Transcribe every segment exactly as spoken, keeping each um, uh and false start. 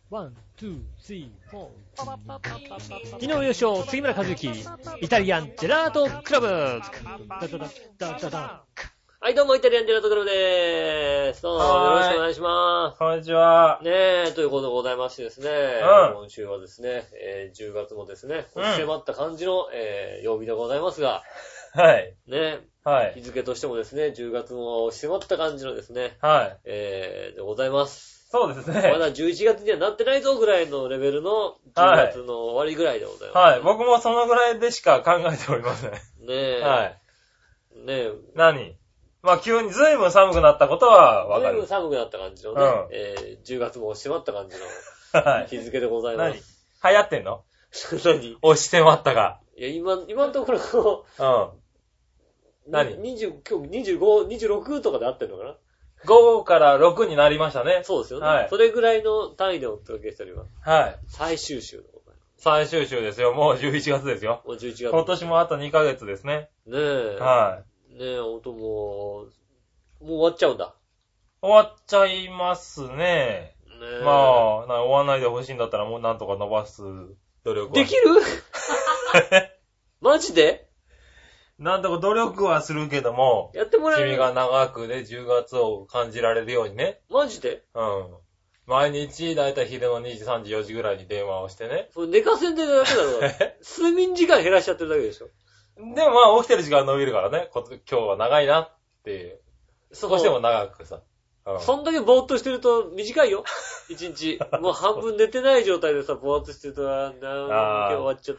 ワン、ツー、スリー、フォー。昨日優勝、杉村和之、イタリアンジェラートクラブ。ダダダダダダ。はい、どうも、イタリアンジェラートクラブでーす。どうも、よろしくお願いします。 こんにちは。 ねえ、ということでございましてですね、うん、今週はですね、えー、じゅうがつもですね、押し迫った感じの、えー、曜日でございますが、 はい。 ね、 はい。 日付としてもですね、じゅうがつも押し迫った感じのですね、 はい。 えー、でございます。 そうですね。 まだじゅういちがつにはなってないぞぐらいのレベルのじゅうがつの終わりぐらいでございます。 はい。僕もそのぐらいでしか考えておりません。ねえ。 はい。 ねえ。 何まあ急にずいぶん寒くなったことはわかる。 ずいぶん寒くなった感じのね、うん、えー、じゅうがつも押し迫った感じの日付でございます。 何流行ってんの何押し迫ったが。 いや、今、今のところこう、うん。何 ?にじゅう、今日にじゅうご、にじゅうろくとかで合ってるのかなごからろくになりましたね。 そうですよね。 はい。 それぐらいの単位でお届けしております。 はい。 最終週でございます。 最終週ですよ。もうじゅういちがつですよ。 もうじゅういちがつ。 今年もあとにかげつですね。 ねえ。 はい。 ねえ、ほんともう、もう終わっちゃうんだ。 終わっちゃいますね。ねえ。まあ、終わんないでほしいんだったらもうなんとか伸ばす努力は。 できるマジでなんとか努力はするけども、 やってもらえる。 君が長くね、じゅうがつを感じられるようにね。 マジでうん。毎日、だいたい昼のにじ、さんじ、よじぐらいに電話をしてね。 それ寝かせんでるだけだろ。睡眠時間減らしちゃってるだけでしょ。 でもまあ起きてる時間伸びるからね。今日は長いなっていう。少しでも長くさ。 うん、そんだけぼーっとしてると短いよ。一日。もう半分寝てない状態でさ、ぼーっとしてると、あー、なんか終わっちゃった。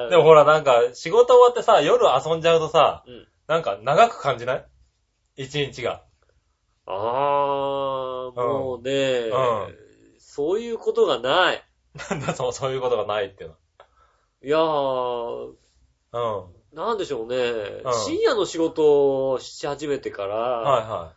でもほらなんか仕事終わってさ、夜遊んじゃうとさ、うん、なんか長く感じない？一日が。 あー、もうね、うん、そういうことがない。 なんだそう、そういうことがないっていうの。 いやー、 うん。 なんでしょうね、うん。深夜の仕事をし始めてから、 はいはい。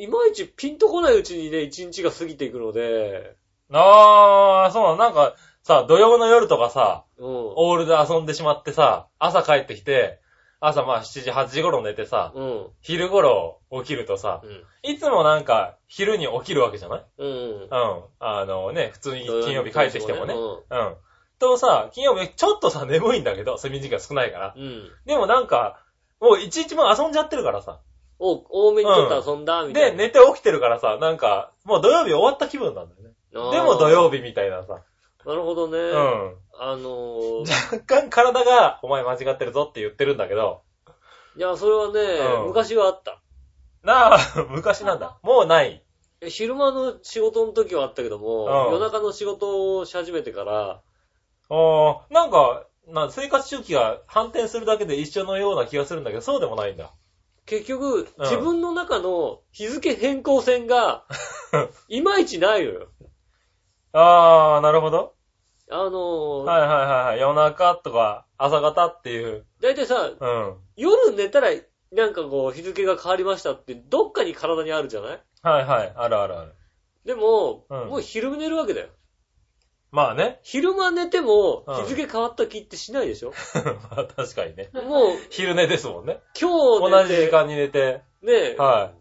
いまいちピンとこないうちにね、一日が過ぎていくので。 あー、そうなの。なんか、さ、土曜の夜とかさ、 うん、 オールで遊んでしまってさ、朝帰ってきて、朝まあしちじ、はちじ頃寝てさ、うん、昼頃起きるとさ、うん、いつもなんか昼に起きるわけじゃない？うん。うん。あのね、普通に金曜日帰ってきてもね。うん。うん。とさ、金曜日ちょっとさ、眠いんだけど、睡眠時間少ないから。うん。でもなんか、もう一日も遊んじゃってるからさ。 お、多めにちょっと遊んだ、みたいな、 うん。で、寝て起きてるからさ、なんか、もう土曜日終わった気分なんだよね。でも土曜日みたいなさ。 なるほどね。うん。あのー、若干体が、お前間違ってるぞって言ってるんだけど。 いや、それはね、うん、昔はあった。 なあ、昔なんだ。もうない。 昼間の仕事の時はあったけども、うん、夜中の仕事をし始めてから、 ああ、なんか、な生活周期が反転するだけで一緒のような気がするんだけど、そうでもないんだ。 結局、うん、自分の中の日付変更線が、いまいちないのよ。 ああ、なるほど。 あのー、 はいはいはいはい。夜中とか朝方っていう。 だいたいさ、うん、夜寝たら、なんかこう、日付が変わりましたって、どっかに体にあるじゃない？ はいはい。あるあるある。 でも、うん、もう昼寝るわけだよ。 まあね。 昼間寝ても、日付変わった気ってしないでしょ、 うん、まあ確かにね。 もう、 昼寝ですもんね。 今日寝て、同じ時間に寝て。 ねえ。 はい。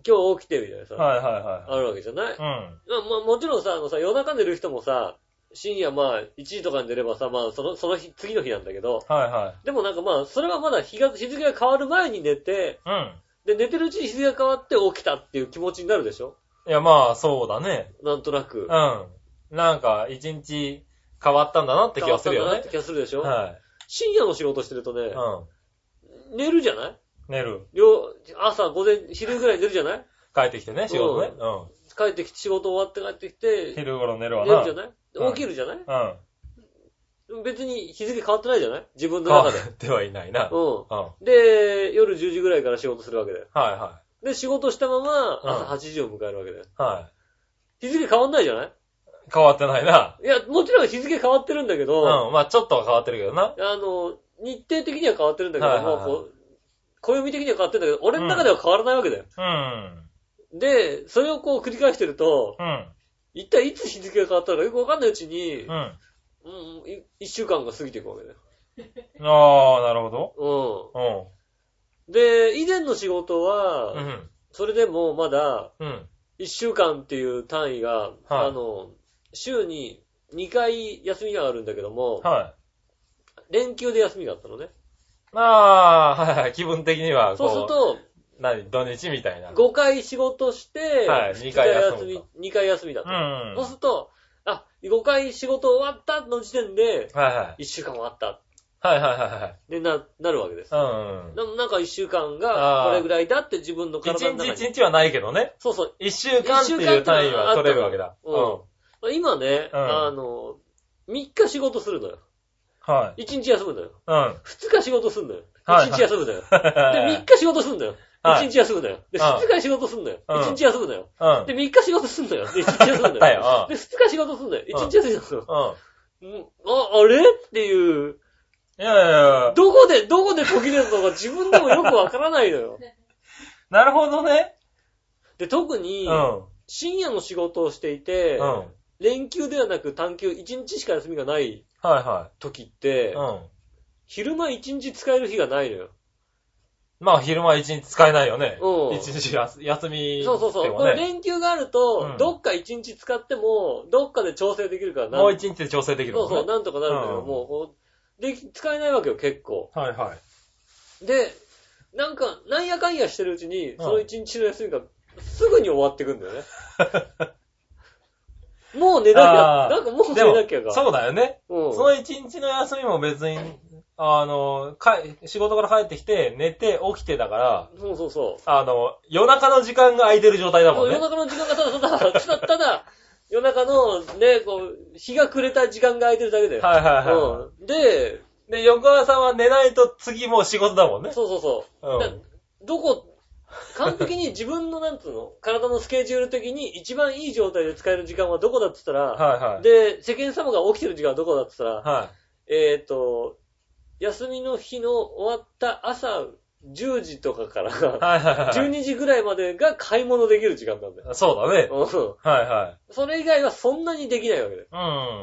今日起きてみたいなさ。 はいはいはい。 あるわけじゃない？うん。まあ、 もちろんさ、あのさ、夜中寝る人もさ、深夜まあ、いちじとかに寝ればさ、まあ、その、その日、次の日なんだけど。 はいはい。 でもなんかまあ、それはまだ日が、日付が変わる前に寝て、 うん。 で、寝てるうちに日付が変わって起きたっていう気持ちになるでしょ？ いやまあ、そうだね。 なんとなく。 うん。なんか、一日変わったんだなって気がするよね。 変わったんだなって気がするでしょ？ はい。 深夜の仕事してるとね、うん。寝るじゃない？ 寝る。 朝、午前、昼ぐらい寝るじゃない？ 帰ってきてね、仕事ね。 うん。帰ってきて、仕事終わって帰ってきて、 昼頃寝るわな。 寝るじゃない？ うん、 起きるじゃない？ うん。 別に日付変わってないじゃない？自分の中で。 変わってはいないな。 うん。うん。で、夜じゅうじぐらいから仕事するわけだよ。 はいはい。 で、仕事したまま、朝はちじを迎えるわけだよ。 はい。 日付変わんないじゃない？ 変わってないな。 いや、もちろん日付変わってるんだけど。 うん。まあちょっとは変わってるけどな。 あの、日程的には変わってるんだけど、はいはいはい、もう、暦的には変わってるんだけど、俺の中では変わらないわけだよ。うん。で、それをこう繰り返してると、うん。一体いつ日付が変わったのかよくわかんないうちに、うん。うん、一週間が過ぎていくわけだよ。 ああ、なるほど。 うん。うん。で、以前の仕事は、うん。それでもまだ、うん。一週間っていう単位が、はい、あの、 週ににかい休みがあるんだけども、 はい。 連休で休みがあったのね。 ああ、はいはい、気分的にはこう。そうすると、 何、土日みたいな。 ごかい仕事して、 はい、にかい休み。 にかい休みだった。 うん。 そうすると、あ、ごかい仕事終わったの時点で、 はいはい。 いっしゅうかん終わった。 はいはいはいはい。 で、な、なるわけです。 うん。 でもなんかいっしゅうかんがこれぐらいだって自分の体の中に。 いちにちいちにちはないけどね。 そうそう。 いっしゅうかんっていう単位は取れるわけだ。 うん。今ね、うん、あの、みっか仕事するのよ。 はい。 いちにち休むのよ。 うん。 ふつか仕事するのよ。いちにち休むのよ。で、みっか仕事するのよ。いちにち休むのよ。で、ふつか仕事すんのよ。いちにち休むのよ。で、みっか仕事すんのよ。で、いちにち休むのよ。で、ふつか仕事すんのよ。いちにち休むのよ。うん。あ、あれっていう。 いやいやいや。 どこで、どこで途切れるのか自分でもよくわからないのよ。 なるほどね。 で、特に、深夜の仕事をしていて、うん、連休ではなく単休いちにちしか休みがない時って、はいはいうん、昼間いちにち使える日がないのよ。 まあ昼間いちにち使えないよね。うん。いちにち休み、ね。 そうそうそう。これ連休があると、うん、どっかいちにち使っても、どっかで調整できるからな。もういちにちで調整できる、 ね。そうそう、なんとかなるけど、うん、もう、で、使えないわけよ、結構。 はいはい。 で、なんか、なんやかんやしてるうちに、そのいちにちの休みがすぐに終わってくんだよね。もう寝なきゃ、なんかもう寝なきゃが。 そうだよね。うん。そのいちにちの休みも別に、あの、か仕事から帰ってきて、寝て、起きてだから、 そうそうそう。 あの、夜中の時間が空いてる状態だもんね。 夜中の時間がただただ、ただ、ただ、夜中のね、こう、日が暮れた時間が空いてるだけだよ。 はいはいはい。 うん、で、 で、翌朝は寝ないと次もう仕事だもんね。 そうそうそう。うん、どこ、完璧に自分のなんつうの、体のスケジュール的に一番いい状態で使える時間はどこだって言ったら、 はいはい。 で、世間様が起きてる時間はどこだって言ったら、 はい。 えっと、休みの日の終わった朝じゅうじとかから、はいはいはい、じゅうにじぐらいまでが買い物できる時間なんだよ。 そうだね。 うん。 はいはい。 それ以外はそんなにできないわけだよ。 うん。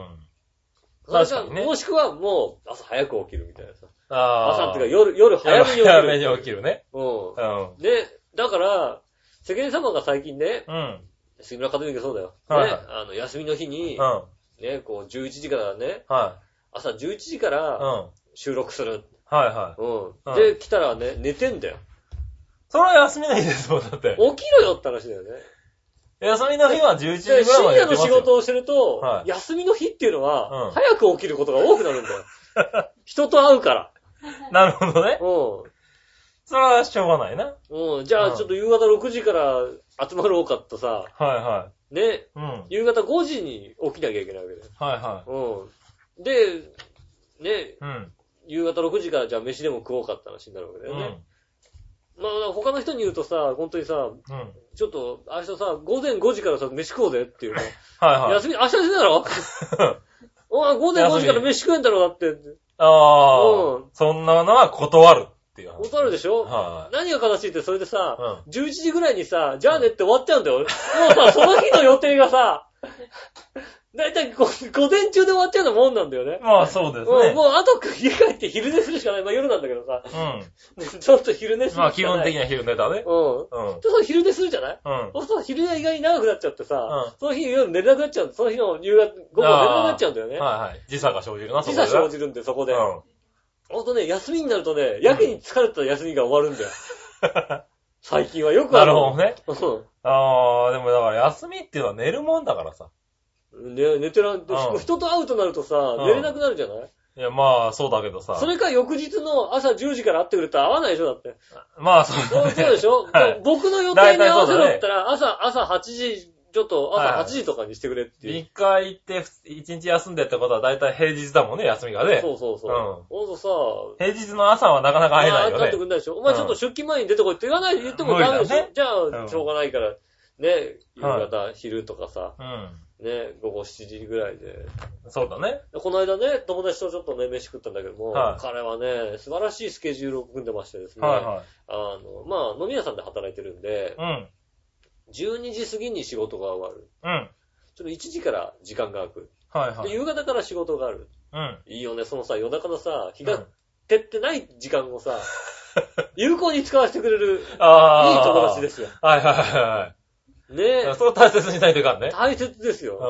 確かにね。もしくはもう朝早く起きるみたいなさ。 あ朝っていうか夜、夜早めに起きる。 早めに起きるね。 うん。うん。で、だから、世間様が最近ね、 うん。 杉村和之そうだよ。 はい、 ね。あの、休みの日に、 うん。 ね、こう、じゅういちじからね、 はい。 朝じゅういちじから、うん。収録する。 はいはい。 うん。で、来たらね、寝てんだよ。 それは休みの日ですもん、だって。 起きろよって話だよね。 休みの日はじゅういちじぐらいまで深夜の仕事をしてると、 はい、 休みの日っていうのは、うん、早く起きることが多くなるんだよ。人と会うから。 なるほどね。 うん。 それはしょうがないな。 うん。じゃあ、ちょっと夕方ろくじから集まろうかとさ。 はいはい。 ね。 うん。 夕方ごじに起きなきゃいけないわけだよ。 はいはい。 うん。で、ね。 うん。 夕方ろくじからじゃあ飯でも食おうかって話になるわけだよね。うん。まあ、他の人に言うとさ、本当にさ、うん、ちょっと、明日さ、午前ごじからさ、飯食おうぜっていうの。 はいはい。 休み、明日休みだろお前午前ごじから飯食えんだろだって。 ああ、うん。そんなのは断るっていう話。 断るでしょはい。 何が悲しいってそれでさ、うん、じゅういちじぐらいにさ、じゃあねって終わっちゃうんだよ。もうさ、その日の予定がさ、だいたい午前中で終わっちゃうようなもんなんだよね。 まあそうですね。 うん、もうあと家帰って昼寝するしかない。まあ夜なんだけどさ。うん。ちょっと昼寝するしかない。 まあ基本的には昼寝だね。 うん。うん。で、その昼寝するじゃないうん。 そうすると昼寝意外に長くなっちゃってさ、うん。その日夜寝れなくなっちゃう。その日の夕方、午後寝れなくなっちゃうんだよね。 はいはい。時差が生じるな、 そこで。時差生じるんで、そこで。うん。ほんとね、休みになるとね、やけに疲れた休みが終わるんだよ。最近はよくある。 なるほどね。 うん。 ああ、でもだから休みっていうのは寝るもんだからさ。 ね、寝てらん、うん、人と会うとなるとさ、うん、寝れなくなるじゃない？ いや、まあ、そうだけどさ。 それか翌日の朝じゅうじから会ってくれたら会わないでしょ、だって。 まあ、そうだね。 そうでしょ、はい、僕の予定に合わせろって言ったら、朝、朝はちじ、ちょっと朝はちじとかにしてくれっていう。 みっか行っていちにち休んでってことはだいたい平日だもんね、休みがね。 そうそうそう。うん。ほんとさ、 平日の朝はなかなか会えないよね。 会ってくんないでしょ。お前ちょっと出勤前に出てこいって言わない、言ってもダメでしょ。ね、じゃあ、しょうがないから、ね、夕方、はい、昼とかさ。 うん。 ね、午後しちじぐらいで。 そうだね。 この間ね、友達とちょっとね、飯食ったんだけども、はい、彼はね、素晴らしいスケジュールを組んでましてですね。 はいはい。 あの、まあ、飲み屋さんで働いてるんで、 うん。 じゅうにじ過ぎに仕事が終わる。 うん。 ちょっといちじから時間が空く。 はいはい。 で、夕方から仕事がある。 うん。 いいよね、そのさ、夜中のさ、日が照ってない時間をさ、うん、有効に使わせてくれる、いい友達ですよ。 はいはいはい。 ねえ。 それを大切にしないといかんね。 大切ですよ。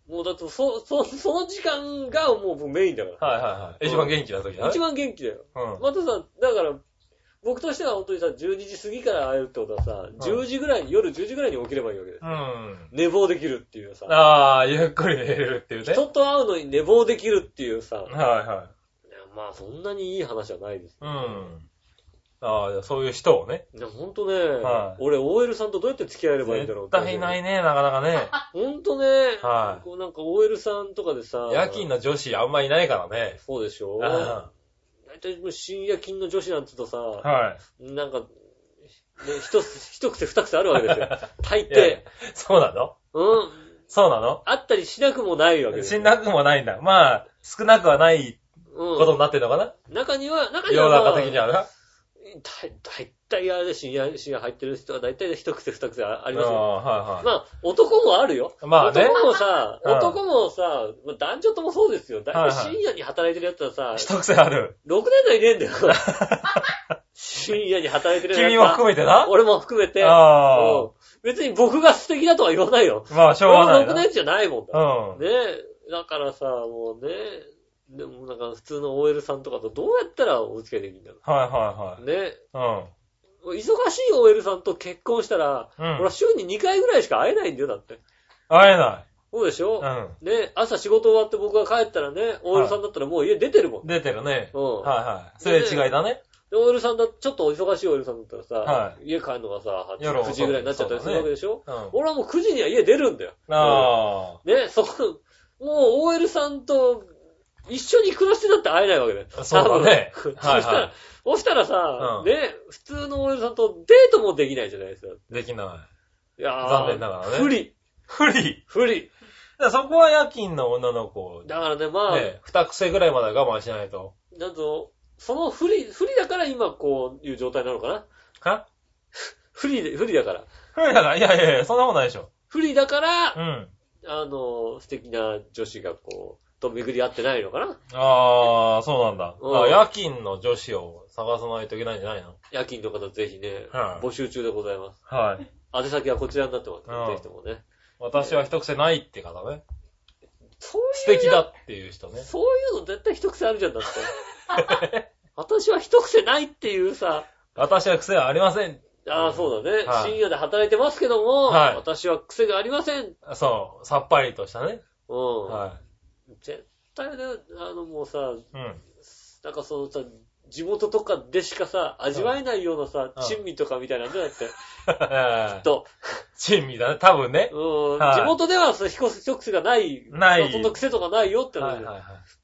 もうだって、そ、そ、その時間がもうメインだから。 はいはいはい。一番元気な時だね。 一番元気だよ。うん。またさ、だから、僕としては本当にさ、じゅうにじ過ぎから会えるってことはさ、じゅうじぐらいに、夜じゅうじぐらいに起きればいいわけだよ。うん。寝坊できるっていうさ。 ああ、ゆっくり寝れるっていうね。 人と会うのに寝坊できるっていうさ。 はいはい。 まあ、そんなにいい話はないです、 ね。うん。ああ、そういう人をね。 いや、ほんとね、はい、俺 オーエル さんとどうやって付き合えればいいんだろうって。 絶対いないね、なかなかね。 ほんとね、はい。こうなんか オーエル さんとかでさ、 夜勤の女子あんまいないからね。 そうでしょ。だいたい深夜勤の女子なんつうとさ、 はい。 なんか、ね、一つ、一癖二癖あるわけですよ。大抵。 そうなの？うん。そうなの？ あったりしなくもないわけですよ。しなくもないんだ。まあ、少なくはないことになってるのかな、 うん、中には、中には、 まあ、世の中的にあるな。 だいたいあれで深夜、深夜入ってる人はだいたい一癖二癖ありますよ。 あはいはい。 まあ、男もあるよ。 まあね。 男もさ、男もさ、男女ともそうですよ。だいたい深夜に働いてるやつはさ、 一癖ある。 ろくねん代いねえんだよ。深夜に働いてるやつは。 君も含めてな。 俺も含めて。あうん、別に僕が素敵だとは言わないよ。 まあ、しょうがない。 俺もろくねんじゃないもんだ。うん。ねえ。だからさ、もうね、でもなんか普通の オーエル さんとかとどうやったらお付き合いできるんだろう。はいはいはい。 ね。うん。忙しい オーエル さんと結婚したら、うん、俺は週ににかいぐらいしか会えないんだよ、だって。 会えない。 そうでしょうん。ね、朝仕事終わって僕が帰ったらね、オーエル さんだったらもう家出てるもん。はい、 出てるね。うん。はいはい。それ違いだね。 で、オーエル さんだ、ちょっとお忙しい オーエル さんだったらさ、はい、家帰るのがさ、はち、くじぐらいになっちゃったりするわけでしょ、ねうん、俺はもうくじには家出るんだよ。ああ。ね、そこ、もう オーエル さんと、一緒に暮らしてだって会えないわけだよ。 そうだね。 そしたら、はいはい、そしたらさ、うん、ね、普通の オーエル さんとデートもできないじゃないですか。 できない。 いやー、 残念ながらね。 不利。 不利。 不利。 だからそこは夜勤の女の子。 だからね、まあ。ね、 二癖ぐらいまで我慢しないと。 なんと、その不利、不利だから今こういう状態なのかなは不利で、不利だから。 不利だからいやいやいや、そんなことないでしょ。 不利だから、 うん。 あの、素敵な女子がこう、と巡り合ってないのかなああ、そうなんだ。うん、あ夜勤の女子を探さないといけないんじゃないの夜勤の方ぜひね、はい、募集中でございます。 はい。 宛先はこちらになってます、ね。ぜひともね。 私は一癖ないって方ね。そういう。素敵だっていう人ね。 そういうの絶対一癖あるじゃんだって。私は一癖ないっていうさ。 私は癖はありません。 ああ、そうだね、はい。深夜で働いてますけども、はい、私は癖がありません。 そう。さっぱりとしたね。 うん。はい。絶対ね、あのもうさ、うん。なんかそのさ、地元とかでしかさ、味わえないようなさ、うん、珍味とかみたいなんだよって。きっと。 珍味だね、多分ね。 うん。はい、地元ではさ、一癖がない。 ない。 そんな癖とかないよって話。はいはいはい。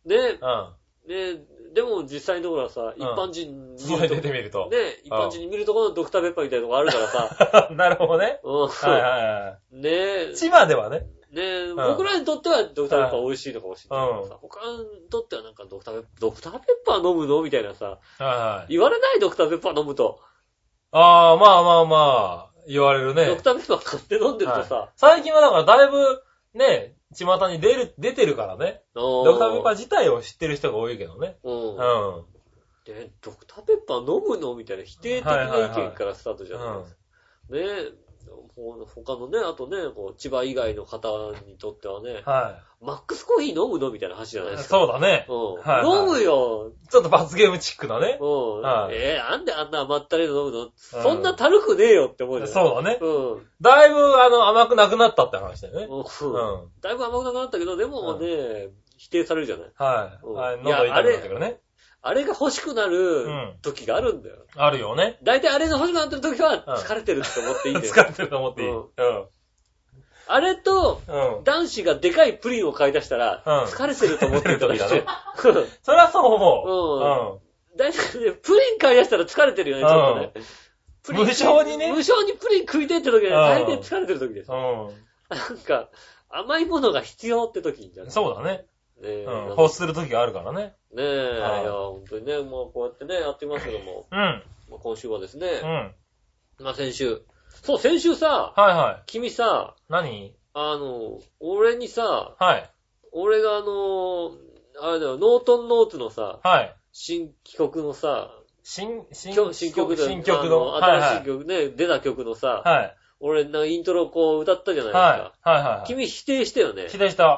で、うん。で、でも実際のところはさ、一般人に見ると、うん、出てみると。 ね、一般人に見るところのドクターペッパーみたいなとこあるからさ。 なるほどね。 うん。 はいはいはい。 ねえ。 千葉ではね。 ねえ、うん、僕らにとってはドクターペッパー美味しいのかもしれないけどさ、うん、他にとってはなんかドクターペッパー、ドクターペッパー飲むのみたいなさ、はいはい、言われないドクターペッパー飲むと。 ああ、まあまあまあ、言われるね。 ドクターペッパー買って飲んでるとさ。はい、 最近はだからだいぶ、ね、巷に出る、出てるからね。ドクターペッパー自体を知ってる人が多いけどね。うん。うん。 で、ドクターペッパー飲むのみたいな否定的な意見からスタートじゃないですか。はいはいはい、ねえ。他のね、あとね、こう千葉以外の方にとってはね、はい、マックスコーヒー飲むのみたいな話じゃないですか。 そうだね。 うん。はいはい、飲むよ。 ちょっと罰ゲームチックなね。 うん。はい、えー、なんであんな甘ったれの飲むの、うん、そんなたるくねえよって思うじゃん。 そうだね。うん。だいぶ、あの、甘くなくなったって話だよね。うん。 うん、だいぶ甘くなくなったけど、でもね、うん、否定されるじゃない。 はい。うん、はい。喉痛くなってくるね。 あれが欲しくなる時があるんだよ。 うん、あるよね。 だいたいあれが欲しくなってる時は疲れてるって思っていいんだよ。 疲れてると思っていい。うん。うん、 あれと、うん、男子がでかいプリンを買い出したら、うん、疲れてると思ってる時だね。 それはそう思う。うん。だいたいね、プリン買い出したら疲れてるよね、ちょっとね。 うん、無償にね。 無償にプリン食いてって時は大体疲れてる時です。うん。なんか、甘いものが必要って時にじゃん。 そうだね。ねえ、うん。欲する時があるからね。 ねえ、いや、本当にね、もうこうやってね、やってますけども。うん。まあ、今週はですね。うん。まあ先週。そう、先週さ。 はいはい。 君さ。 何？ あの、俺にさ。 はい。 俺があの、あれだよ、ノートンノーツのさ。 はい。 新曲のさ。 新、新、 新曲で。 新曲の。 新しい曲ね、はいはい、出た曲のさ。 はい。 俺、なんかイントロこう歌ったじゃないですか。 はい。はいはい、はい。 君否定したよね。 否定した。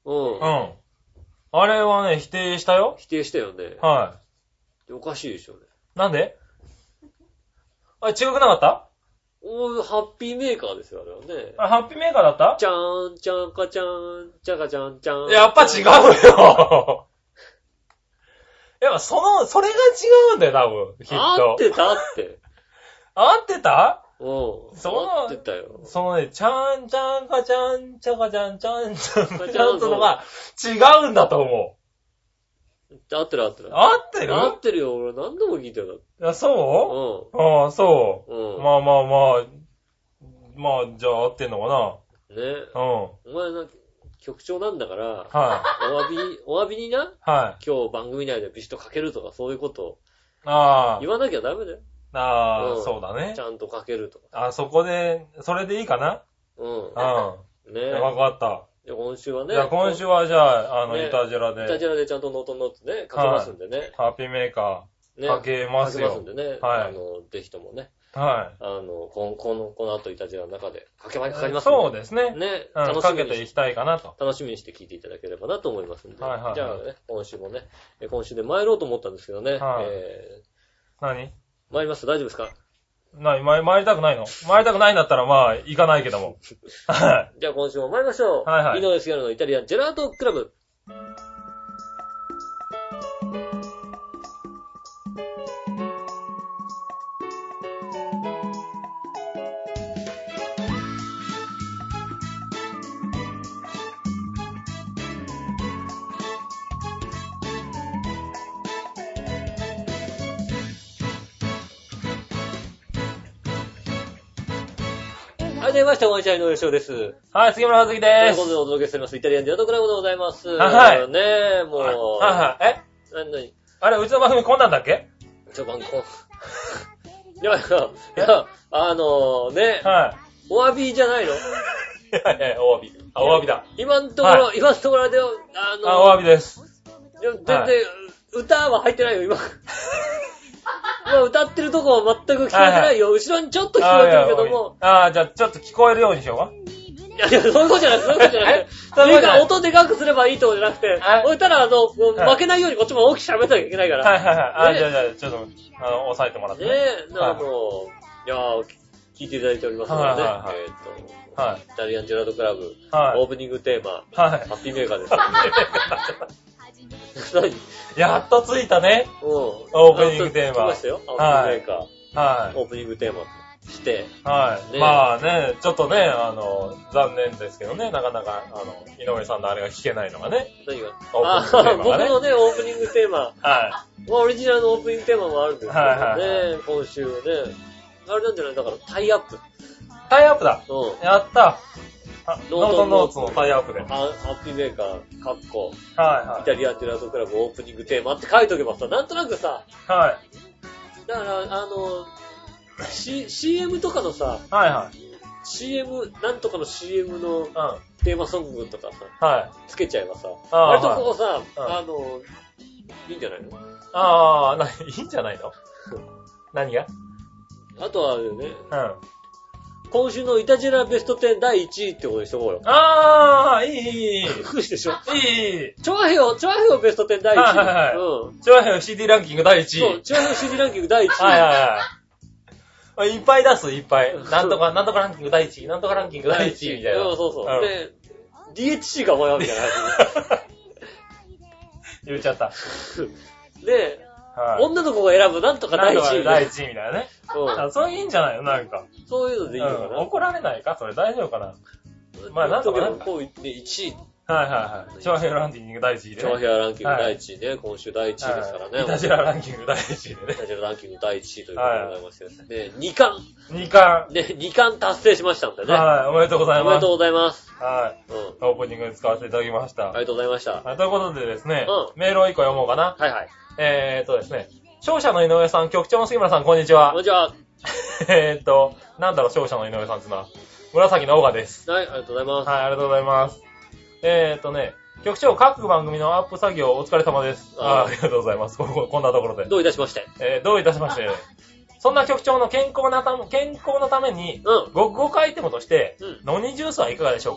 うん。うん。あれはね、否定したよ。 否定したよね。 はい。 おかしいでしょうね。 なんで？あれ違くなかった？ おー、ハッピーメーカーですよ、あれはね。 あ、ハッピーメーカーだった？ ちゃーん、ちゃんかちゃーん、ちゃかちゃん、ちゃん。 やっぱ違うよ。やっぱその、それが違うんだよ、多分。きっと。 合ってたって。 合ってた？ うん。その、合ってたよ。 そのね、ちゃんちゃんかちゃん、ちゃかちゃん、ちゃんちゃんかちゃんとのが違うんだと思う。合ってる合ってる。 合ってる？ 合ってるよ、俺何度も聞いてるから。あ、そう？うん。ああ、そう。うん。まあまあまあ、まあ、じゃあ合ってんのかな。ね。うん。お前な、局長なんだから、はい。お詫び、お詫びにな、はい。今日番組内でビシッとかけるとかそういうことを、ああ。言わなきゃダメだよ。 ああ、うん、そうだね。 ちゃんとかけるとか。 あ、そこで、それでいいかな？うん。うん。ねえ。わかった。 じゃあ今週はね。 じゃあ今週はじゃあ、あの、ね、イタジェラで。 イタジェラでちゃんとノートノートね、かけますんでね。はい、 ハッピーメーカー。ね。かけますよ。 かけますんでね。はい。あの、ぜひともね。はい。あの、この、この、この後イタジェラの中でかけまかかりますんで。 そうですね。ね。楽しみに。かけていきたいかなと。 楽しみにして聞いていただければなと思いますんで。はいはい、はい。じゃあね、今週もね、今週で参ろうと思ったんですけどね。はい。えー、何？ 参ります？大丈夫ですか？ なに、参りたくないの？参りたくないんだったらまあ、行かないけども。 はい。じゃあ今週も参りましょう。はいはい。井上杉原のイタリアンジェラートクラブ。はい、出ました、お会いちゃいのよしおです。 はい、杉村はずきです。 ということでお届けしております、イタリアンジェラートクラブでございます。はい。ねえ、もう。 はいはい。え？ なになに？ あれ、うちの番組こんなんだっけ？ うちの番組こん。いやいや、いや、あのー、ね。はい。お詫びじゃないの？いやいやいや、お詫び。あ、お詫びだ。 今んところ、はい、今んところで、あのー、 あ、お詫びです。 いや、全然、はい、歌は入ってないよ、今。今歌ってるとこは全く聞こえてないよ。はいはい、後ろにちょっと聞こえてるけども。 ああ、じゃあちょっと聞こえるようにしようか。 いやいや、そういうことじゃない、そういうことじゃない。そういうことじゃない。音でかくすればいいってことじゃなくて、置いたら、あの、負けないようにこっちも大きく喋ったらいけないから。 はいはいはい。あ、じゃあじゃあ、ちょっと、あの、押さえてもらって。ねえ、あの、いや聞いていただいておりますので、ね、えっと、はい。イタリアンジェラートクラブ、はい。オープニングテーマ、はい。ハッピーメーカーです。何？ やっと着いたね。うん。オープニングテーマ。 来ましたよ。ハッピーメーカー。はい。オープニングテーマして。 はい。ね、まあね、ちょっとね、あの、残念ですけどね、なかなか、あの、井上さんのあれが聞けないのがね。 何が？ああ、僕のね、オープニングテーマ。はい。まあ、オリジナルのオープニングテーマもあるんですけどね。はいはいはい、今週ね。あれなんじゃない？だから、タイアップ。 タイアップだ。うん。やった。ノートノーツのタイアップで。 ハッピーメーカー、カッコ。はいはい。イタリアンジェラートクラブオープニングテーマって書いとけばさ、なんとなくさ。はい。だから、あの、C、シーエム とかのさ。はいはい。シーエム、なんとかの シーエム のテーマソングとかさ。はい。つけちゃえばさ。割とここさ、あの、いいんじゃないの？ ああ、な、いいんじゃないの？何が？ あとはね。うん。今週のイタジェラベストじゅうだいいちいってことにしとこうよ。 ああ、いい、いい、いい。 福祉でしょ？ いい、いい。 チョアヘオ、チョアヘオベストじゅうだいいちい。はいはいはい。 うん。チョアヘオ シーディー ランキングだいいちい。 そう、チョアヘオ シーディー ランキングだいいちい。 はいはいはい。いっぱい出す、いっぱい。なんとか、なんとかランキングだいいちい、なんとかランキングだいいちいみたいな。 そうそうそう。うん、で、ディーエイチシー が迷うみたいな話。 言っちゃった。 で、はい、女の子が選ぶなんとかだいいちい。 だいいちいみたいなね。うん。そういいんじゃないのなんか。 そういうのでいいのかな、うん、 怒られないかそれ大丈夫かな。まあなんとかなんか。 こう言っていちい。 はいはいはい。チョアヘアランキングだいいちいで、ね。 チョアヘアランキングだいいちいね。はい、今週だいいちいですからね。はい、 イタジェラランキングだいいちいでね。 イタジェラランキングだいいちいということでございましてですね。はい、にかん。 にかん。 ね、にかん達成しましたんでね。 はい、おめでとうございます。おめでとうございます。 はい。うん。オープニングに使わせていただきました。 ありがとうございました。 はい、ということでですね、うん、メールをいっこ読もうかな。 はいはい。 えーっとですね、勝者の井上さん、局長の杉村さん、こんにちは。 こんにちは。 えーっと、なんだろう、勝者の井上さんっていうのは、紫のオガです。 はい、ありがとうございます。 はい、ありがとうございます。えーっとね、局長、各番組のアップ作業お疲れ様です。あ, ありがとうございます。こ, こんなところで。 どういたしまして。 えー、どういたしまして。そんな局長の健康なた健康のために、うん、ごくごくアイテムとして、うん、ノニジュースはいかがでしょうか？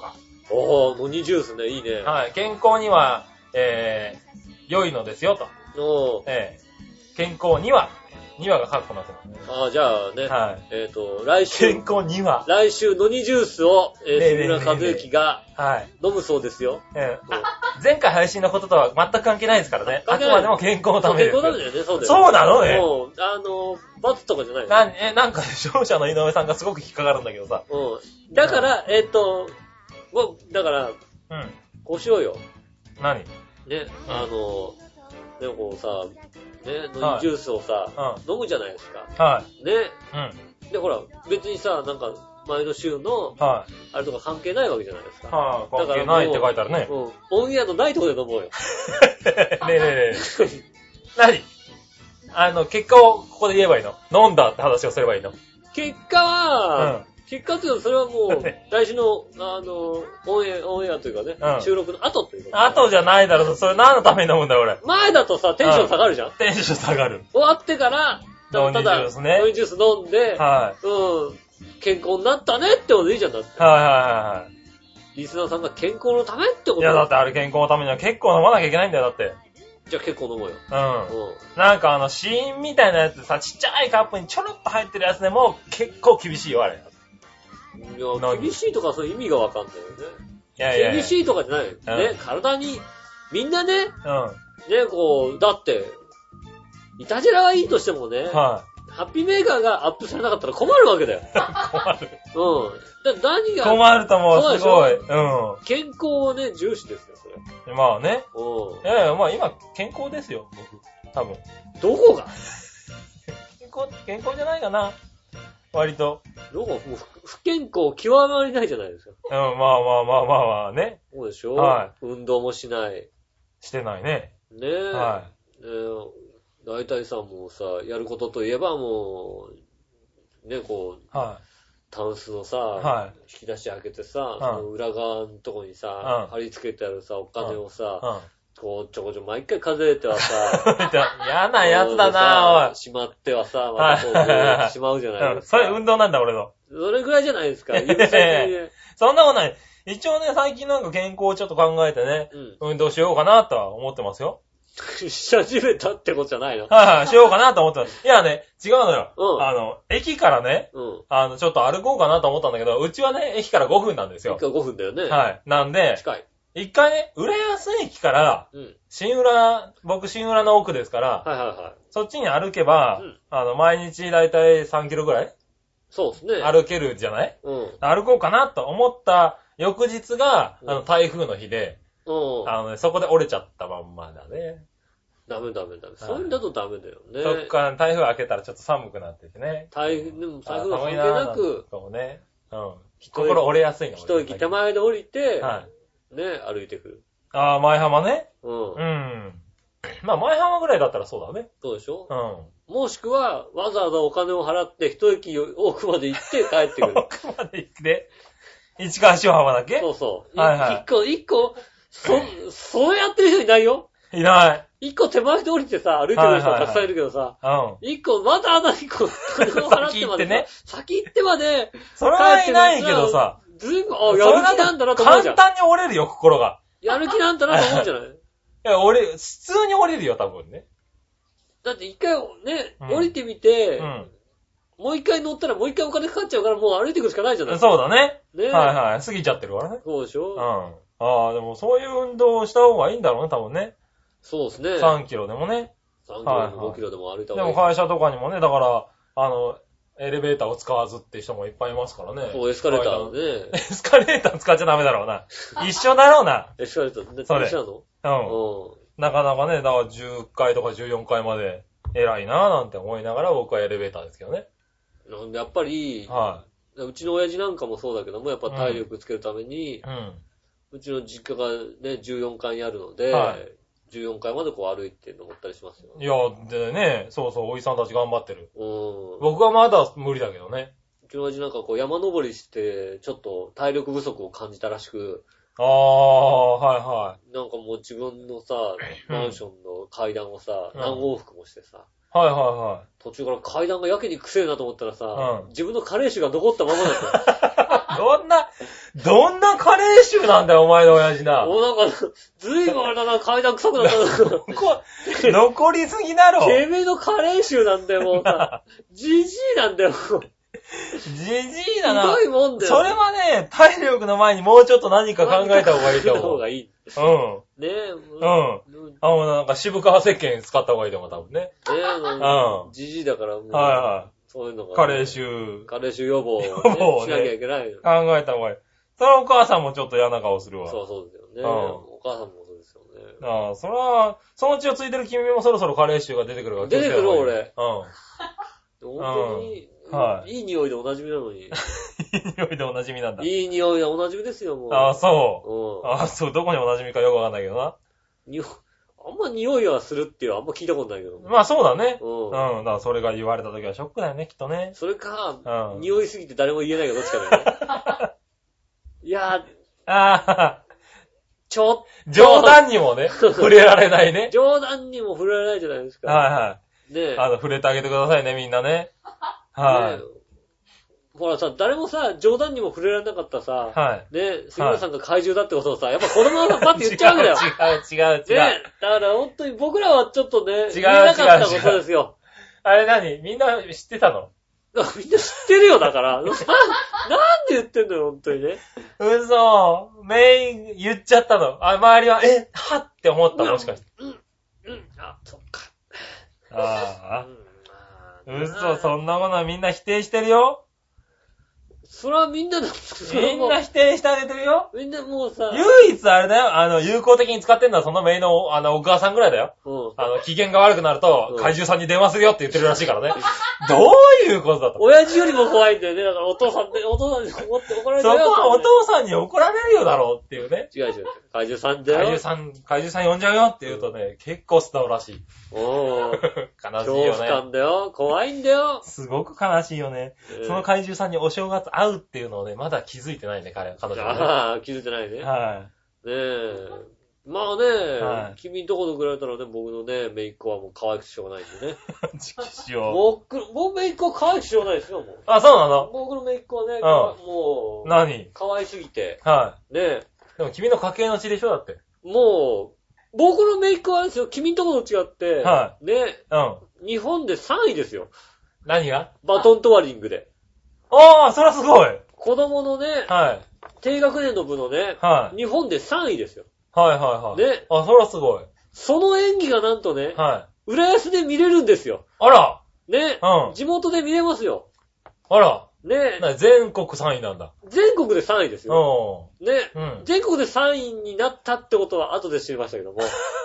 おー、ノニジュースね、いいね。 はい。健康には、えー、良いのですよと。 おー。 えー、健康には、にはがカッコになってますね。 ああ、じゃあね。はい。えっ、ー、と、来週。 健康には。 来週、ノニジュースを、えー、杉村和之が、 はい。 飲むそうですよ。 えー、前回配信のこととは全く関係ないですからね。あくまでも健康のためです。 健康のためだよね、そうだよね。 そうなのね。 もう、あの、罰とかじゃないの、 な、え、なんか、勝者の井上さんがすごく引っかかるんだけどさ。 うん。だから、えっ、ー、と、もう、だから、うん。こうしようよ。 何？ ね、うん、あの、でもこうさ、ね、ノニジュースをさ、はい、飲むじゃないですか。はい。ね。うん。で、ほら、別にさ、なんか、前の週の、はい。あれとか関係ないわけじゃないですか。はい、 関係ないって書いてあるね。 うん。オンエアのないところで飲もうよ。ねえねえねえ。何？あの、結果をここで言えばいいの？飲んだって話をすればいいの？ 結果は、うん。結果っていうのはそれはもう、来週の、あの、オンエア、オンエアというかね、うん、収録の後というか。 後じゃないだろ、それ何のために飲むんだよ、俺。 前だとさ、テンション下がるじゃん、うん、 テンション下がる。 終わってから、 ノニジュースね。 ノニジュース飲んで、はい。うん。健康になったねってことでいいじゃん、だって。はいはいはい。リスナーさんが健康のためってこと。 いや、だってあれ健康のためには結構飲まなきゃいけないんだよ、だって。 じゃあ結構飲もうよ。 うん。うん。なんかあの、シーンみたいなやつさ、ちっちゃいカップにちょろっと入ってるやつでも結構厳しいよ、あれ。 いや、厳しいとかそういう意味がわかんないよね。いやいやいや。厳しいとかじゃない。うん、ね、体に、みんなね、うん。ね、こう、だって、いたじらはいいとしてもね、はい。ハッピーメーカーがアップされなかったら困るわけだよ。 困る。 うん。だ何が。 困ると思う、すごい。うん。 健康をね、重視ですよ、それ。 まあね。うん。いやいや、まあ今、健康ですよ、僕。多分。 どこが健康、健康じゃないかな。割と。 どこもう不健康極まりないじゃないですか。 うん、まあまあまあまあまあね。 そうでしょ？はい。運動もしない。 してないね。 ねえ。はい。えー、大体さ、もうさ、やることといえばもう、ね、こう、はい。タンスのさ、はい。引き出し開けてさ、はい、その裏側のとこにさ、はい。貼り付けてあるさ、お金をさ、はい。こう、ちょこちょこ毎回数えてはさ、 嫌なやつだな、おい。 しまってはさ、またこう、しまうじゃないですか。それ運動なんだ、俺の。 それぐらいじゃないですか。 そんなことない。一応ね、最近なんか健康をちょっと考えてね、うん、運動しようかなとは思ってますよ。 し始めたってことじゃないの？ はいはい、しようかなと思ってます。いやね、違うのよ。うん。あの、駅からね、うん。あの、ちょっと歩こうかなと思ったんだけど、うちはね、駅からごふんなんですよ。 駅からごふんだよね。 はい。なんで、近い。一回ね、浦安駅から、うん、新浦、僕新浦の奥ですから、はいはいはい。そっちに歩けば、うん、あの、毎日だいたいさんキロぐらいそうですね。 歩けるじゃない？うん。歩こうかなと思った翌日が、うん、あの、台風の日で、うん。あのね、そこで折れちゃったまんまだね。 ダメダメダメ。それだとダメだよね。 そっから台風明けたらちょっと寒くなっててね。 台風、でも台風は関係なく、 そうね。うん。心折れやすいの。 一息手前で降りて、はい。ね、歩いてくる。 ああ、前浜ね。うん。うん。まあ、前浜ぐらいだったらそうだね。 そうでしょ？うん。もしくは、わざわざお金を払って、一息奥まで行って帰ってくる。 奥まで行って、市川塩浜だけ？ そうそう。はいはい。一個、一個、そ、そうやってる人いないよ。 いない。 一個手前で降りてさ、歩いてる人はたくさんいるけどさ、はいはいはい、うん。一個、わざわざ一個、金を払ってまで、ね、先行ってまで、 それはいないけどさ、 ずいぶん、あ、やる気なんだなと思うじゃん。 簡単に折れるよ、心が。 やる気なんだなと思うんじゃないいや、俺、普通に降りるよ、多分ね。 だって一回ね、うん、降りてみて、うん、もう一回乗ったらもう一回お金かかっちゃうからもう歩いていくしかないじゃないそうだね。ね。はいはい。過ぎちゃってるからね。 そうでしょ？ うん。ああ、でもそういう運動をした方がいいんだろうね、多分ね。 そうですね。 さんキロでもね。 さんキロでもごキロでも歩いた方がいい。 でも会社とかにもね、だから、あの、エレベーターを使わずって人もいっぱいいますからね。 そう、エスカレーターね。 エスカレーター使っちゃダメだろうな。一緒だろうな。 エスカレーター、 それ。 一緒なの？ うん。なかなかね、だからじゅっかいとかじゅうよんかいまで偉いなぁなんて思いながら僕はエレベーターですけどね。 やっぱり、はい。うちの親父なんかもそうだけども、やっぱ体力つけるために、うん。うちの実家がね、じゅうよんかいにあるので、はい。じゅうよんかいまでこう歩いて登ったりしますよ、 ね。いや、でね、そうそう、おじさんたち頑張ってる。うん。僕はまだ無理だけどね。 うちの親父なんかこう山登りして、ちょっと体力不足を感じたらしく、 ああ、はいはい。 なんかもう自分のさ、マンションの階段をさ、うん、何往復もしてさ、 はいはいはい。 途中から階段がやけにくせえなと思ったらさ、うん、自分の加齢臭が残ったままだった。 どんな、どんなカレー臭なんだよ、お前の親父な。 もうなんか、ずいぶんあれだな、階段臭くなったな。残りすぎだろ。 てめえのカレー臭なんだよ、もうさ。じじいなんだよ。 じじいだな。 ひどいもんだよ。 それはね、体力の前にもうちょっと何か考えた方がいいと思う。 考えた方がいい。 うん。 ねえ。 うん。あ、もうなんか渋川石鹸使った方がいいと思う、多分ね。 ねえ、うん。じじいだからもう。 はいはい。 そういうのが。 カレー臭。 カレー臭予防を、ね。 予防をね。 しなきゃいけないよ。 考えた方がいい。そのお母さんもちょっと嫌な顔するわ。 そうそうですよね。 うん。 お母さんもそうですよね。 ああ、それは、その血をついてる君もそろそろカレー臭が出てくるから。 出てくる俺。 うん。 本当に、はい。いい匂いでおなじみなのに。いい匂いでおなじみなんだ。 いい匂いでおなじみですよ、もう。 ああ、そう。うん。ああ、そう、どこにおなじみかよくわかんないけどな。 にお、あんま匂いはするっていうのはあんま聞いたことないけど。 まあそうだね。 うん。 うん。だからそれが言われた時はショックだよね、きっとね。 それか、 うん。 匂いすぎて誰も言えないけど、どっちかだよね。いやー。 ああ。 ちょ、 冗談にもね、触れられないね。 冗談にも触れられないじゃないですか。 はいはい。 ねえ。 あの、触れてあげてくださいね、みんなね。はい。ねほらさ、誰もさ、冗談にも触れられなかったさ、 はい。 ね、杉村さんが怪獣だってことをさ、やっぱ子供はパッて言っちゃうんだよ。 違う違う違う。 ね、だから本当に僕らはちょっとね、違う言えなかったことですよ。 あれ何みんな知ってたの？ みんな知ってるよ、だから。な、なんで言ってんのよ、本当にね。 嘘。メイン言っちゃったの。あ、周りは、え、はって思った、もしかして。 うん、うん、あ、そっか。 ああ。うん、嘘、そんなものはみんな否定してるよ。 それはみんなだ。 みんな否定してあげてるよ。 みんなもうさ。 唯一あれだよ。あの、有効的に使ってんのはそのメイの、あの、お母さんぐらいだよ。うん。あの、機嫌が悪くなると、怪獣さんに電話するよって言ってるらしいからね。どういうことだと。 親父よりも怖いんだよね。だからお父さんで、お父さんに怒って怒られるよ。 そこはお父さんに怒られるよだろうっていうね。 違う違う。怪獣さんだよ。 怪獣さん、怪獣さん呼んじゃうよって言うとね、うん、結構スタオらしい。 おー。 悲しいよね。 恐怖感だよ。怖いんだよ。 すごく悲しいよね。えー、その怪獣さんにお正月会うっていうのをね、まだ気づいてないね、彼、彼女は、ね。 ああ、気づいてないね。 はい。 ねえ。まあね、はい、君んとこで比べたらね、僕のね、姪っ子はもう可愛くしょうがないんでね。僕、僕姪っ子は可愛くしょうがないですよ、もう。 あ、そうなの？ 僕の姪っ子はね、うん、もう、 何？ 可愛すぎて。 はい。 ねえ。 でも君の家系の血でしょ、だって。 もう、僕の姪っ子はですよ、君んとこと違って、 はい。 ね、 うん。 日本でさんいですよ。 何が？ バトントワリングで。 ああ、そりゃすごい。 子供のね、 はい。 低学年の部のね、 はい。 日本でさんいですよ。 はいはいはい。 ね。 あ、そりゃすごい。 その演技がなんとね、 はい。 浦安で見れるんですよ。 あら。 ね。うん。地元で見れますよ。 あら。 ね。 全国さんいなんだ。 全国でさんいですよ。 うん。 ね。 うん。 全国でさんいになったってことは後で知りましたけども。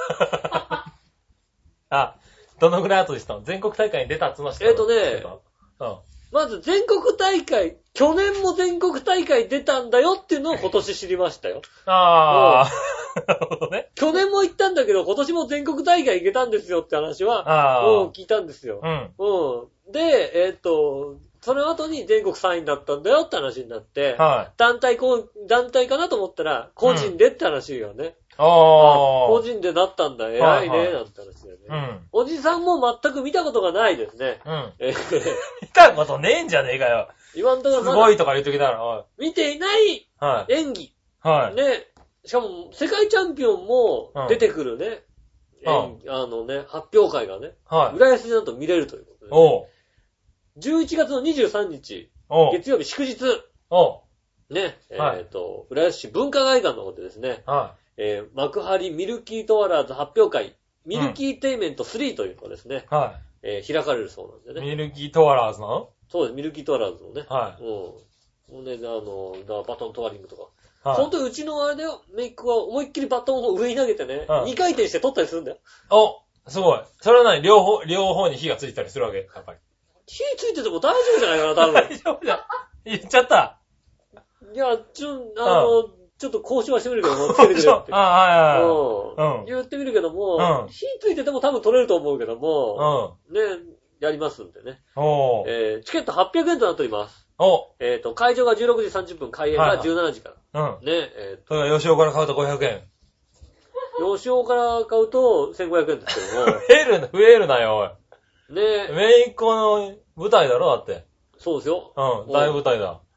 あ、どのぐらい後でしたの？全国大会に出たっつのしたの？ えっとね、うん。まず全国大会、去年も全国大会出たんだよっていうのを今年知りましたよ。 ああ。なるほどね。 去年も行ったんだけど、今年も全国大会行けたんですよって話は、もう聞いたんですよ。 うん。 うん。で、えっと、その後に全国さんいになったんだよって話になって、 はい。 団体こう、団体かなと思ったら、個人でって話よね。うん、 ああ。 個人でなったんだ、偉いね、はいはい、なんて話だよね。 うん。 おじさんも全く見たことがないですね。 うん。見たことねえんじゃねえかよ。 今んところすごいとか言うときだろ。 見ていない演技。 はい。 ね。しかも、世界チャンピオンも出てくるね。うん、あのね、発表会がね。はい。浦安でなんと見れるということで、ね。 おう。 じゅういちがつのにじゅうさんにち。 おう。 月曜日祝日。 おう。ね。はい、えっ、ー、と、浦安市文化会館の方でですね。 はい。 えー、幕張ミルキートワラーズ発表会。ミルキーテイメントスリーというのがですね。 うん、はい。 えー、開かれるそうなんでね。 ミルキートワラーズなの？ そうです、ミルキートワラーズのね。 はい。 うん。もうね、あの、だバトントワリングとか。 はい。 本当にうちのあれだよ、メイクは思いっきりバトンを上に投げてね、 はい、 にかい転して取ったりするんだよ。 お、すごい。それは何？両方、両方に火がついたりするわけ？やっぱり。 火ついてても大丈夫じゃないかな、多分。 大丈夫だ。言っちゃった。 いや、ちょ、あの、うん、ちょっと交渉はしてみるけども、つけてくれって。 あ、はいはいはい。 うん。言ってみるけども、うん、火ついてても多分取れると思うけども、 うん。 ね、やりますんでね。 おえー、チケットはっぴゃくえんとなっております。 おえっ、ー、と、会場がじゅうろくじさんじゅっぷん、開演がじゅうしちじから。 はいはい、うん。 ね、えー、と。それが吉尾から買うとごひゃくえん。 吉尾から買うとせんごひゃくえんですけども。 増えるな、増えるなよ、おい。 ねメイコの舞台だろ、だって。 そうですよ。 うん、大舞台だ。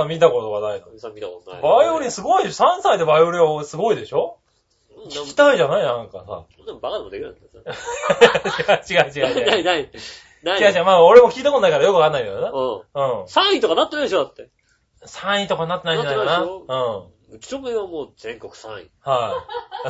は見たことがないの。 おじさん見たことない、 ね。バイオリンすごいでしょ ?さん 歳でバイオリンはすごいでしょ聞きたいじゃないなんかさ。 でもバカでもできるんだよ。 違う違う違う。 ないない。 違う違う。まあ俺も聞いたことないからよくわかんないんだよな。うん。うん。 さんいとかなってないでしょだって。 さんいとかなってないんじゃないかな。うん。 うちの目はもう全国さんい。 はい。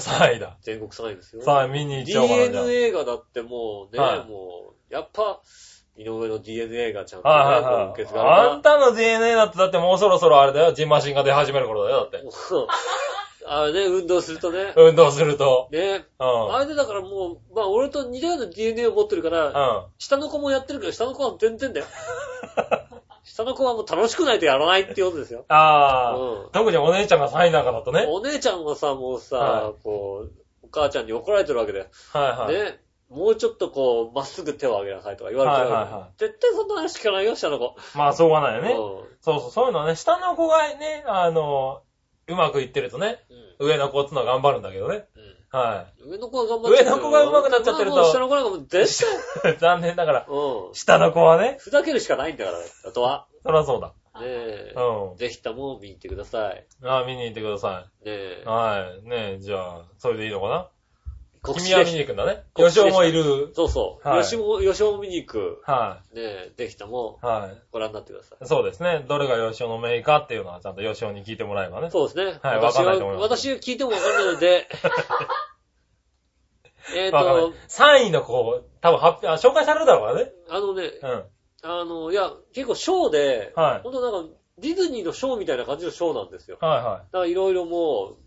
さんいだ。 全国さんいですよ。 さんい見に行っちゃおうかな。 ディーエヌエー がだってもうね、はい、もう、やっぱ、井上の ディーエヌエー がちゃんとね、はいはいはい、受け継がれた。 あんたの ディーエヌエー だってだってもうそろそろあれだよ、ジンマシンが出始める頃だよ、だって。 あれね、運動するとね。 運動すると。 ね。うん。あれでだからもう、まあ俺と似たような ディーエヌエー を持ってるから、うん。下の子もやってるけど、下の子は全然だよ。下の子はもう楽しくないとやらないってことですよ。 ああ。うん。特にお姉ちゃんがさんいなんかだとね。 お姉ちゃんがさ、もうさ、はい、こう、お母ちゃんに怒られてるわけで。はいはい。ね。もうちょっとこう、まっすぐ手を上げなさいとか言われてるわけ、はいはいはい。絶対そんな話聞かないよ、下の子。 まあ、しょうがないよね。うん、そうそう、そういうのはね、下の子がね、あの、うまくいってるとね、うん、上の子ってのは頑張るんだけどね。うん、はい。 上の子は頑張ってる。 上の子がうまくなっちゃってると。 下の子なんかもう絶対。 残念ながら。うん。下の子はね。 ふざけるしかないんだから、あとは。 そりゃそうだ。 ねえ。うん。ぜひとも見に行ってください。 ああ、見に行ってください。ねえ。はい。ねえ、じゃあ、それでいいのかな？君は見に行くんだね。吉尾もいる。 そうそう。はい、吉尾も、吉尾も見に行く。はい。ねえ、ぜひとも、はい。ご覧になってください。 そうですね。どれが吉尾の名かっていうのはちゃんと吉尾に聞いてもらえばね。 そうですね。 はい、わかんないと思います。 私が聞いてもわかんないので、 えっと、さんいの子、多分発表、紹介されるだろうからね。 あのね、うん。あの、いや、結構ショーで、はい。ほんとなんか、ディズニーのショーみたいな感じのショーなんですよ。はいはい。だからいろいろもう、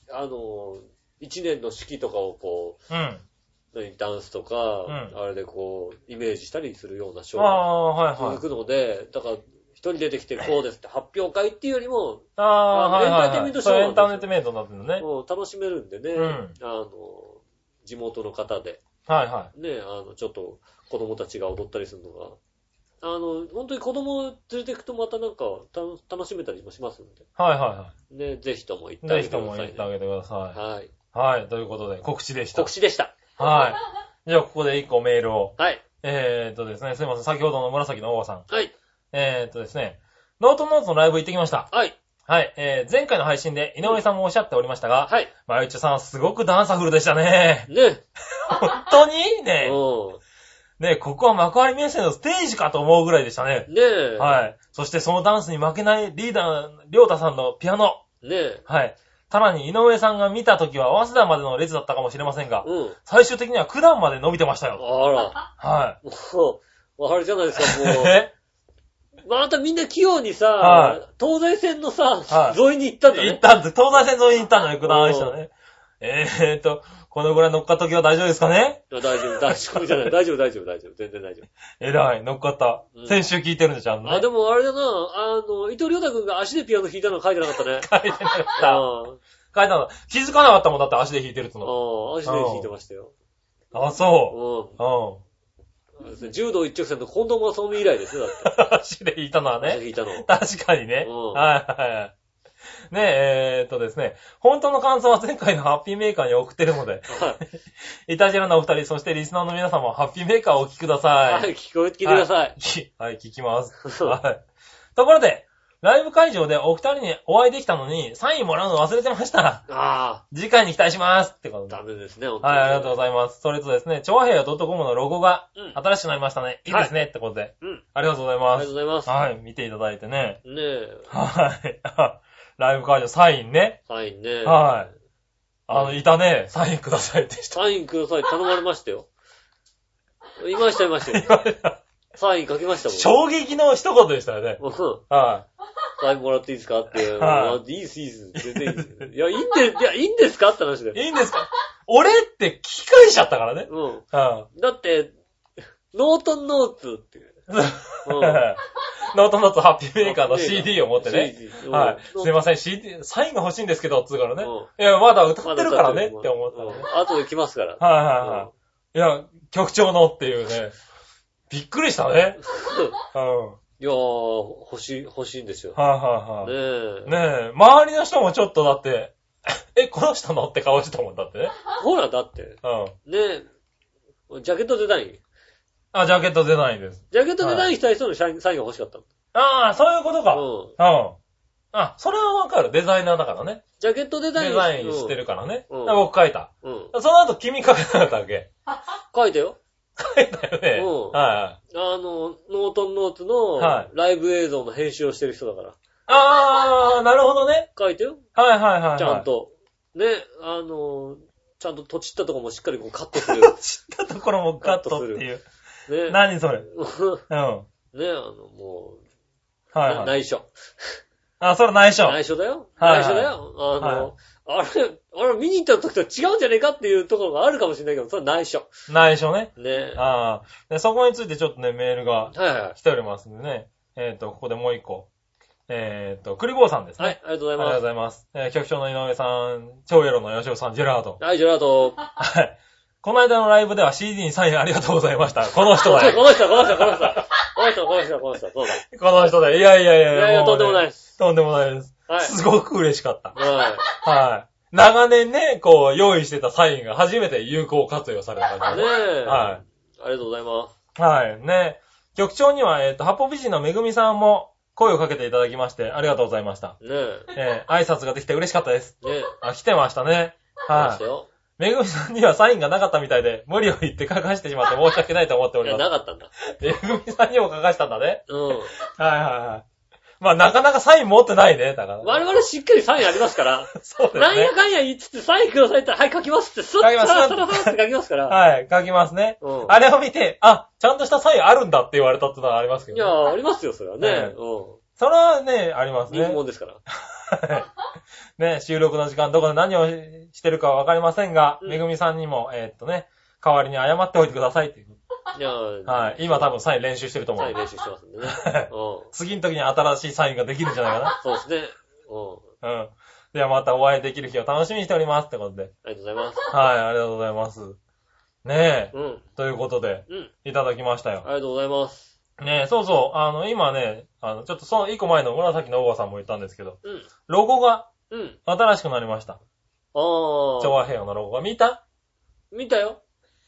あの、一年の四季とかをこう、うん。ダンスとか、うん、あれでこう、イメージしたりするようなショーが続くので、はいはい、だから、一人出てきてこうですって発表会っていうよりも、 ああ、はいはいはい、エンターテイメントショーなんですよ。エンターテイメントになってるのね。 もう楽しめるんでね、うん、あの、地元の方で、 はいはい。 ね、あの、ちょっと子供たちが踊ったりするのが、あの、本当に子供を連れて行くとまたなんか楽しめたりもしますんで。 はいはいはい。 ね、ぜひとも行ってあげてください、ね。 ぜひとも行ってあげてください。 はい。 はい、ということで、告知でした。 告知でした。 はい。じゃあ、ここで一個メールを。 はい。 えーっとですね、すいません、先ほどの紫の王さん。 はい。 えーっとですね、ノートノートのライブ行ってきました。 はい。 はい。えー、前回の配信で井上さんもおっしゃっておりましたが、 はい。 まゆちょさんすごくダンサフルでしたね。 ね。 本当にね。 うん。 ね、ここは幕張メッセのステージかと思うぐらいでしたね。 ねえ。 はい。そしてそのダンスに負けないリーダー、りょうたさんのピアノ。 ねえ。 はい。さらに井上さんが見たときは早稲田までの列だったかもしれませんが、 うん、 最終的には九段まで伸びてましたよ。 あら。 はい。 もう、あれじゃないですか、もう。えまたみんな器用にさ、はい、東西線のさ、はい、沿いに行ったんだね。 行ったんです。東西線沿いに行ったのよ、九段でしたね。えーっと、このぐらい乗っかった時は大丈夫ですかね？ 大丈夫、大丈夫じゃない。大丈夫、大丈夫、大丈夫。全然大丈夫。 えらい、乗っかった。うん、先週聞いてるんでちゃんとね。 あ、でもあれだな、あの、伊藤良太くんが足でピアノ弾いたの書いてなかったね。 書いてなかった。書いてなかった。気づかなかったもんだって足で弾いてるっての。 ああ、足で弾いてましたよ。 あ、そう。うん。 うん。柔道一直線の近藤正臣以来ですよ、だって。足で弾いたのはね。 足で弾いたの。 確かにね。うん。はいはいはい。ねえ、えー、っとですね、本当の感想は前回のハッピーメーカーに送ってるので、はい。イタジラのお二人、そしてリスナーの皆さんもハッピーメーカーをお聞きください。 はい、聞こえて聞いてください。はい、 はい、聞きます。はい。ところで、ライブ会場でお二人にお会いできたのに、サインもらうの忘れてました。ああ。次回に期待しますってことで。 ダメですね、本当に。はい、ありがとうございます。それとですね、チョアヘア .com のロゴが新しくなりましたね。うん、いいですね、はい、ってことで。うん。ありがとうございます。 ありがとうございます。 はい、見ていただいてね。 ねえ。 はい。ライブ会場、サインね。 サインね。 はい。あの、いたね、サインくださいって人。 サインください頼まれましたよ。いましたいましたよ。いました。サイン書きましたもん。 衝撃の一言でしたよね。 うん。はい。サインもらっていいですかって。はい。いいです、いいです。全然いいです。いや、いいんで、いや、いいんですかって話で。 いいんですか俺って聞き返しちゃったからね。 うん。はい。だって、ノートンノーツって。うん。 ノートノートハッピーメーカーの シーディー を持ってね。はい。すいません、シーディー、サインが欲しいんですけど、つうからね。いや、まだ歌ってるからねって思ったのね。 後で来ますから。 はいはいはい。いや、局長のっていうね。びっくりしたね。 うん。いやー、欲しい、欲しいんですよ。 はいはいはい。ねえ。ねえ。周りの人もちょっとだって、え、この人のって顔してたもんだってね。 ほら、だって。うん。ねえ。ジャケットデザイン。 あ、ジャケットデザインです。 ジャケットデザインしたい人のサインが欲しかった。 ああ、そういうことか。うん。うん。あ、それはわかる。デザイナーだからね。 ジャケットデザインデザインしてるからね。うん。僕書いた。うん。その後君書けなかったわけ。 書いたよ。 書いたよね。 うん。 はい。 あの、ノートンノーツのライブ映像の編集をしてる人だから。 ああ、なるほどね。 書いてよ。 はいはいはい。 ちゃんと。ね、あの、ちゃんととちったところもしっかりこうカットする。 とちったところもカットっていう。ね。何それ。うん。ね、 あの、もう、 はい、はい。 内緒。 あ、それ内緒。 内緒だよ。内緒だよ。あの、あれ、あれ見に行った時と違うんじゃねえかっていうところがあるかもしれないけど、それは内緒。 内緒ね。 ね。 ああ。で、そこについてちょっとね、メールが来ておりますんでね。 はいはい、 えっと、ここでもう一個。えっと、クリボーさんですね。 はい、ありがとうございます。 ありがとうございます。えー、局長の井上さん、超エロの吉尾さん、ジェラード。 はい、ジェラード。 はい。この間のライブでは シーディー にサインありがとうございました。この人だよ。 この人、この人、この人。この人、この人、この人、そうだ。 この人だよ。いやいやいやいや。 いやいや、とんでもないです。 とんでもないです。はい。すごく嬉しかった。 はい。 はい。長年ね、こう、用意してたサインが初めて有効活用された感じで。ねえ。 はい。 ありがとうございます。 はい。ね。局長には、えっと、八方美人のめぐみさんも声をかけていただきまして、ありがとうございました。 ねえ。 えー、挨拶ができて嬉しかったです。 ねえ。 あ、来てましたね。はい。来ましたよ。めぐみさんにはサインがなかったみたいで、無理を言って書かしてしまって申し訳ないと思っております。 いや、なかったんだ。 めぐみさんにも書かしたんだね。 うん。はいはいはい。まあ、なかなかサイン持ってないね、だから。 我々しっかりサインありますから。 そうですね。 なんやかんや言いつつ、サインくださいって言ったら、はい、書きますって、スッと、 書きます。 スッとって書きますから。 はい、書きますね。 うん。 あれを見て、あ、ちゃんとしたサインあるんだって言われたってのはありますけど、 ね。いや、ありますよ、それはね。 うん。 それはね、ありますね。 人気者ですから。 ね、収録の時間どこで何をしてるかわかりませんが、うん、めぐみさんにも、えー、っとね、代わりに謝っておいてくださいっていう。いやはい。今多分サイン練習してると思う。 サイン練習してますんでね。 次の時に新しいサインができるんじゃないかな。 そうですね。 うん。うん。ではまたお会いできる日を楽しみにしておりますってことで。 ありがとうございます。 はい、ありがとうございます。ねえ。 うん。 ということで、 うん。 いただきましたよ。 ありがとうございます。 ねえ、そうそう。あの、今ね、あの、ちょっとその一個前の紫のおばさんも言ったんですけど、 うん。 ロゴが、 うん。 新しくなりました。ああ。調和平和のロゴが見た？ 見たよ。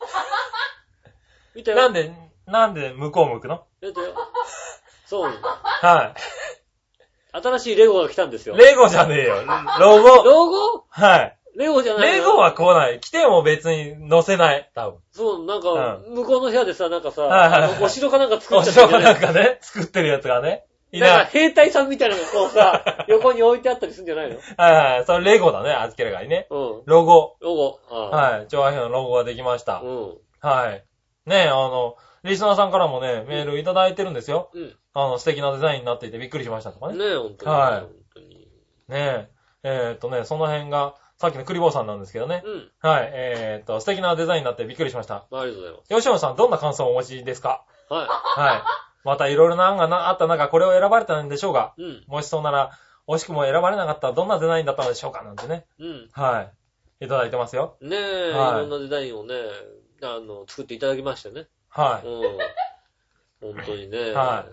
見たよ。 なんで、なんで向こう向くの？ 見たよ。そう。 はい。 新しいレゴが来たんですよ。 レゴじゃねえよ。ロゴ。 ロゴ？ はい。 レゴじゃない。 レゴは来ない。来ても別に載せない。多分。 そう、なんか、うん、向こうの部屋でさ、なんかさ、 はいはいはい、 あのお城かなんか作っちゃってる。お城かなんかね、作ってるやつがね。 いない。なんか兵隊さんみたいなのがこうさ、横に置いてあったりするんじゃないの？ はいはい。それレゴだね、あつけるがいね。 うん。 ロゴ。 ロゴ。 はい。調和表のロゴができました。 うん。 はい。ねえ、あの、リスナーさんからもね、メールいただいてるんですよ。うん。あの、素敵なデザインになっていてびっくりしましたとかね。 ねえ、ほんとに。 はい。本当にねえ、えー、っとね、その辺が、さっきのクリボーさんなんですけどね。うん。はい。えー、っと、素敵なデザインになってびっくりしました。 ありがとうございます。 吉野さん、どんな感想をお持ちですか？ はい。 はい。またいろいろな案がなあった中、これを選ばれたんでしょうが。うん。もしそうなら、惜しくも選ばれなかったらどんなデザインだったのでしょうかなんてね。うん。はい。いただいてますよ。 ねえ、はい、いろんなデザインをね、あの、作っていただきましたね。 はい。 うん。本当にね。はい。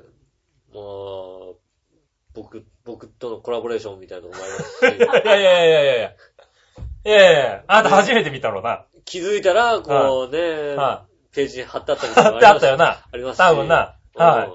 まあ、僕、僕とのコラボレーションみたいなのもありますし。いやいやいやいやいや。いやいやいや、あんた初めて見たろうな。 気づいたら、こうね、 はい、 ページに貼ってあったりとか。 貼ってあったよな。 ありますし。 多分な。はい。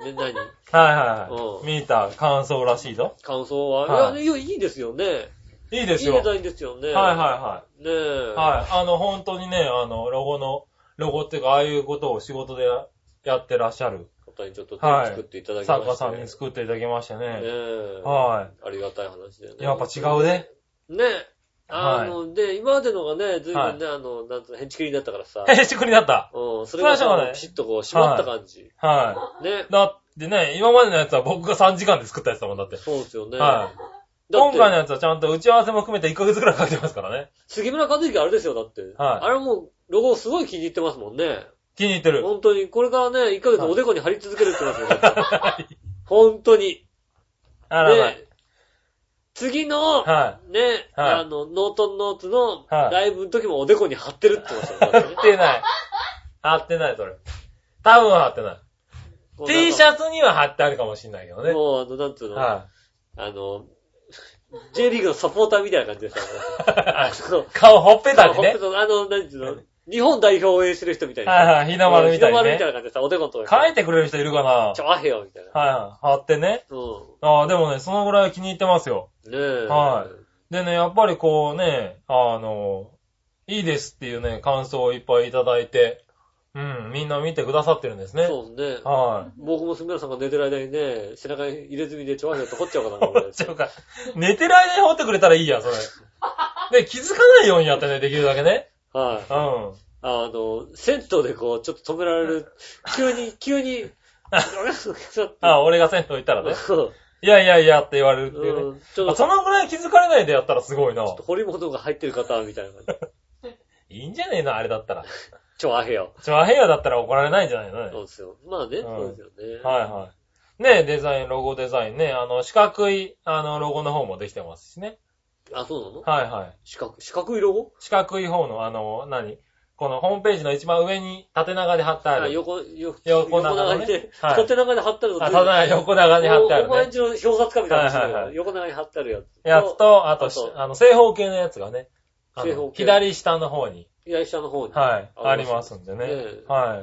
で、何？はいはいはい。見た感想らしいぞ。 感想は、はい、いや、いいですよね。 いいですよ。 いいデザインですよね。 はいはいはい。 ねえ。 はい。あの、本当にね、あの、ロゴの、ロゴっていうか、ああいうことを仕事で や, やってらっしゃる。 方にちょっと作っていただきました、ね。 作家さんに作っていただきましたね。ねえ。 はい。 ありがたい話だよね。 やっぱ違うね。 ねえ。あの、はい、で、今までのがね、ずいぶんね、はい、あの、なんつうの、ヘンチクリになったからさ。 ヘンチクリになった。 うん、それがさ、ピシッとこう、締まった感じ。 はい。はい、ね。だってね、今までのやつは僕がさんじかんで作ったやつだもんだって。 そうですよね。 はい。今回のやつはちゃんと打ち合わせも含めていっかげつくらいかけてますからね。 杉村和之あれですよ、だって。はい。あれもう、ロゴすごい気に入ってますもんね。 気に入ってる。 本当に、これからね、いっかげつおでこに貼り続けるって言ってますもんね。はい、本当に。 あらら。 次の、はい、ね、はい、あの、ノートンノーツのライブの時もおでこに貼ってるって言ってましたよね。貼ってない。貼ってない、それ。多分貼ってない。T シャツには貼ってあるかもしれないけどね。 もう、あの、なんつうの、はい、あの、J リーグのサポーターみたいな感じでさ、 顔ほっぺたにね。 ほっぺた、あの、なんつうの、日本代表を応援してる人みたいな。 はいはい、日の丸みたいな、ね。 日の丸みたいな感じでさ、おでこのとこ書いてくれる人いるかな？ ちょ、あへよ、みたいな。 はいはい、貼ってね。うん。ああ、でもね、そのぐらい気に入ってますよ。 ねえ。 はい。でね、やっぱりこうね、あの、いいですっていうね、感想をいっぱいいただいて、うん、みんな見てくださってるんですね。 そうですね。 はい。 僕もすみらさんが寝てる間にね、背中に入れ墨でちょわひょって掘っちゃうかな。 掘っちゃうか。寝てる間に掘ってくれたらいいや、それ。で、気づかないようにやってね、できるだけね。 はい。うん。あの、銭湯でこう、ちょっと止められる。急に、急に、 あ、俺が銭湯行ったらね。いやいやいやって言われるっていうね。うん、ちょっとそのぐらい気づかれないでやったらすごいな。 ちょっと掘り物が入ってる方みたいな感じ。いいんじゃねえの、あれだったら。 ちょあへよ。 ちょあへよだったら怒られないんじゃないのね。 そうですよ。まあね、うん、そうですよね。 はいはい。ね、デザイン、ロゴデザインね、あの、四角い、あの、ロゴの方もできてますしね。 あ、そうなの？ はいはい。 四角、四角いロゴ？ 四角い方の、あの、何このホームページの一番上に縦長で貼ってある。 あ、横、よ横長にね。はい、縦長で貼ってあるの。 あ、縦長、横長に貼ってある、ね。 お前んちの表札かみたいな、はいはいはい。横長に貼ってあるやつ。 やつと、あと、あの、正方形のやつがね。正方形。左下の方に。 左下の方に。 はい。ありますんでね。ねはい。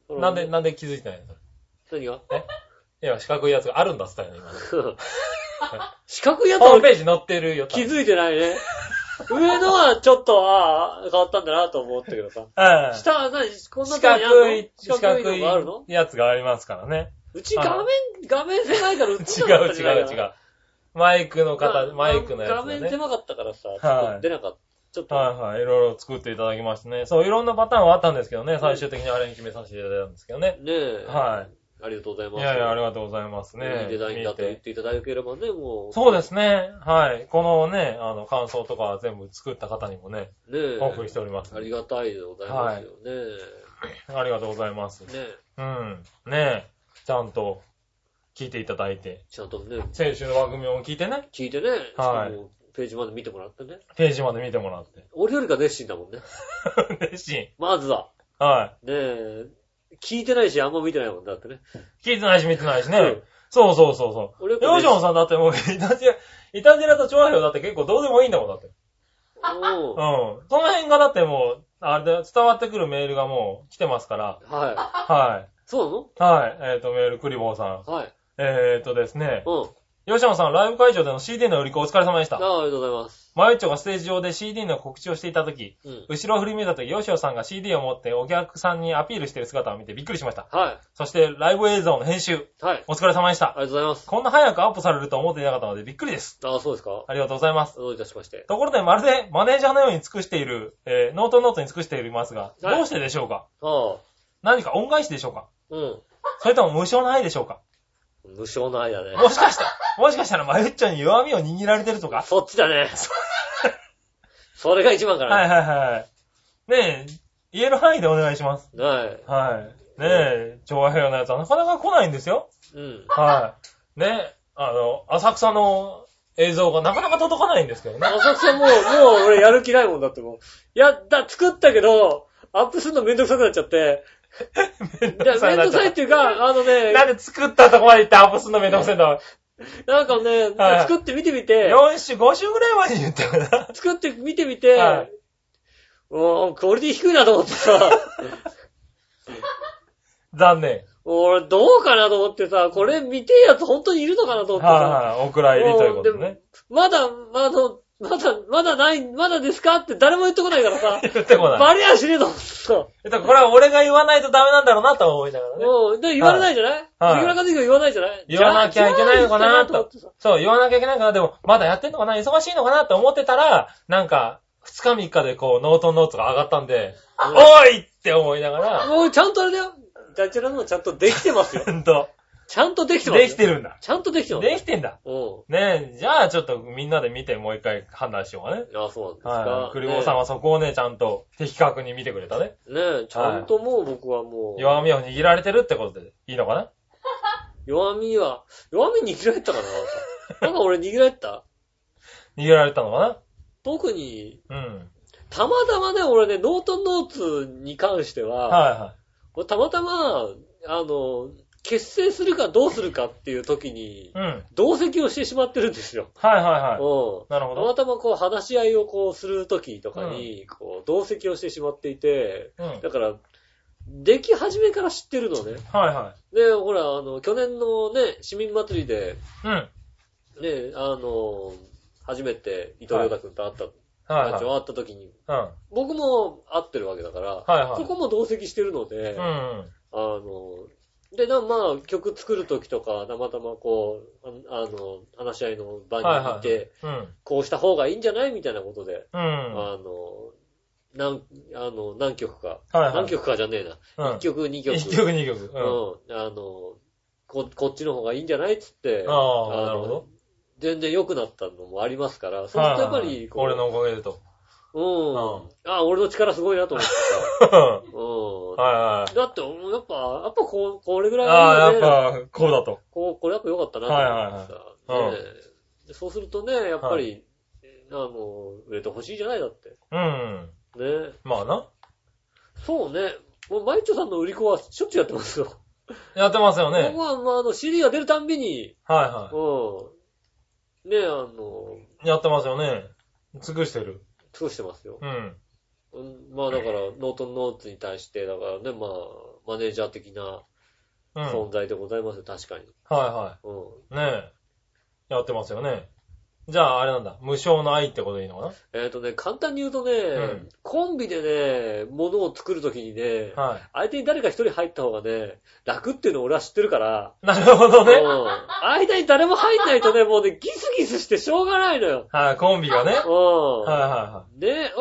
なんで、なんで気づいてないの？ 何が？ えいや、四角いやつがあるんだっつったよね、今。 四角いやつホームページ載ってるよ。 気づいてないね。上のはちょっと、ああ、変わったんだなと思ったけどさ。うん。下は何こんなとこにあるの？ 四角い、四角いのがあるの？やつがありますからね。 うち画面、画面狭いから映ってなかったじゃないかな。違う違う違う。マイクの方、マイクのやつ、ね。 画面狭かったからさ、ちょっと出なかった。ちょっと。 はいはい。いろいろ作っていただきましてね。そう、いろんなパターンはあったんですけどね。最終的にあれに決めさせていただいたんですけどね。 ねえ。 はい。 ありがとうございます。 いやいや、ありがとうございますね。 いいデザインだと言っていただければね、もう。 そうですね。はい。このね、あの、感想とかは全部作った方にもね、ねお送りしております。 ありがたいでございますよね。 はい、ありがとうございます。ね。うん。ねちゃんと聞いていただいて。 ちゃんとね。 先週の番組を聞いてね。 聞いてね。 はい。 ページまで見てもらってね。 ページまで見てもらって。 俺よりか熱心だもんね。 熱心。 まずは。 はい。 ねえ。聞いてないし、あんま見てないもんだってね。 聞いてないし、見てないしね。うん、そうそうそうそう。俺ヨジョンさんだってもう、イタジラ、イタジラとチョアヘヨだって結構どうでもいいんだもんだって。うん。うん。その辺がだってもう、あれで伝わってくるメールがもう来てますから。 はい。 はい。 そうなの？はい。えっ、ー、と、メール、クリボーさん。 はい。 えっ、ー、とですね。 うん。 ヨシオンさん、ライブ会場での シーディー の売り子お疲れ様でした。 ああ、ありがとうございます。 マユッチョがステージ上で シーディー の告知をしていたとき、 うん、 後ろを振り向いたとき、ヨシオさんが シーディー を持ってお客さんにアピールしている姿を見てびっくりしました。 はい。 そして、ライブ映像の編集。はい。お疲れ様でした。 ありがとうございます。 こんな早くアップされると思っていなかったのでびっくりです。 ああ、そうですか。 ありがとうございます。 どういたしまして。 ところで、まるでマネージャーのように尽くしている、えー、ノートノートに尽くしていますが、はい、どうしてでしょうか？ああ。何か恩返しでしょうか？うん。それとも無償の愛でしょうか？ 無償の愛だね。 もしかしたら、もしかしたらマユッチョに弱みを握られてるとか？ そっちだね。それが一番かな。 はいはいはい。ねえ、言える範囲でお願いします。 はい。 はい。ねえ、調和平和のやつはなかなか来ないんですよ。うん。はい。ねえ、あの、浅草の映像がなかなか届かないんですけどね。 浅草もう、もう俺やる気ないもんだってもう。やった、作ったけど、アップするのめんどくさくなっちゃって。めんどくさい。めんどくさいっていうか、あのね。 なんで作ったとこまで行ってアップするのめんどくさいんだ。 なんかね、はい、作ってみてみて。 よん週、ご週ぐらい前に言ったかな。 作ってみてみて。はい、もう、クオリティ低いなと思ってさ。 残念。 俺、どうかなと思ってさ、これ見てえやつ本当にいるのかなと思ってさ。 はいはい、お蔵入りということね。 まだ、まだ、まだ、まだない、まだですかって誰も言ってこないからさ。 言ってこない。 バレやしねえと思ってさ。 えっと、これは俺が言わないとダメなんだろうなと思いながらね。 うん。で、言われないじゃない？はい。三浦和彦言わないじゃない？ 言わなきゃいけないのかなと。そう、言わなきゃいけないかな。でも、まだやってんのかな？忙しいのかなって思ってたら、なんか、二日三日でこう、ノートノートが上がったんで、うん、おいって思いながら。 もうちゃんとあれだよ。ダチュラのもちゃんとできてますよ。 ほんと。 ちゃんとできてます。 できてるんだ。 ちゃんとできてます。 できてんだ。うん。ねえ、じゃあちょっとみんなで見てもう一回判断しようかね。 ああ、そうなんですか。 はい。クリボーさんはそこをね、ちゃんと的確に見てくれたね。 ねえ、ちゃんともう僕はもう。 弱みを握られてるってことでいいのかな？ 弱みは、弱み握られたかななんか俺握られた握られたのかな？ 特に、うん。たまたまね、俺ね、ノートノーツに関しては、はいはい。これたまたま、あの、結成するかどうするかっていう時に、うん。同席をしてしまってるんですよ。 はいはいはい。うん。なるほど。 たまたまこう話し合いをこうする時とかに、うん、こう、同席をしてしまっていて、うん。だから、出来始めから知ってるのね。 はいはい。 で、ほら、あの、去年のね、市民祭りで、うん。ね、あの、初めて伊藤洋太くんと会った。はいはい、会った時に、うん、僕も会ってるわけだから、はいはい、そこも同席してるので、うんうん、あの、で、な、まあ、曲作る時とか、たまたまこう、あ, あの、話し合いの場にいて、はいはいうん、こうした方がいいんじゃないみたいなことで、うん、あの、何、あの、何曲か、はいはい、何曲かじゃねえな、うん、いっきょく、にきょく。 いっきょく、にきょく。 うん。あの、こ、こっちの方がいいんじゃないっつって、 ああ、なるほど。 全然良くなったのもありますから、そうするとやっぱりこう、はいはい、俺のおかげでと。 うん。うん、あ、俺の力すごいなと思ってさ。うん。はいはい。だって、やっぱ、やっぱこう、これぐらいは、ね。ああ、やっぱ、こうだと。 こう、これやっぱ良かったなと思ってさ。はいはいはい。ねえ、そうするとね、やっぱり、はい、あの、売れてほしいじゃないだって。うん。ねまあな。 そうね。もう、マイチョさんの売り子はしょっちゅうやってますよ。 やってますよね。 僕は、まあ、あの、シーディー が出るたんびに。はいはい。うん。ねえ、あの、 やってますよね。尽くしてる。 尽くしてますよ。うん。まあだから、ノートノーツに対して、だからね、まあ、マネージャー的な存在でございますよ、うん、確かに。 はいはい。うん。ねえ。やってますよね。じゃあ、あれなんだ。無償の愛ってことでいいのかな？ えっとね、簡単に言うとね、うん、コンビでね、物を作るときにね、はい、相手に誰か一人入った方がね、楽っていうのを俺は知ってるから。 なるほどね。うん。 間に誰も入んないとね、もうね、ギスギスしてしょうがないのよ。 はい、コンビがね。うん。はいはいはい。 で、おい、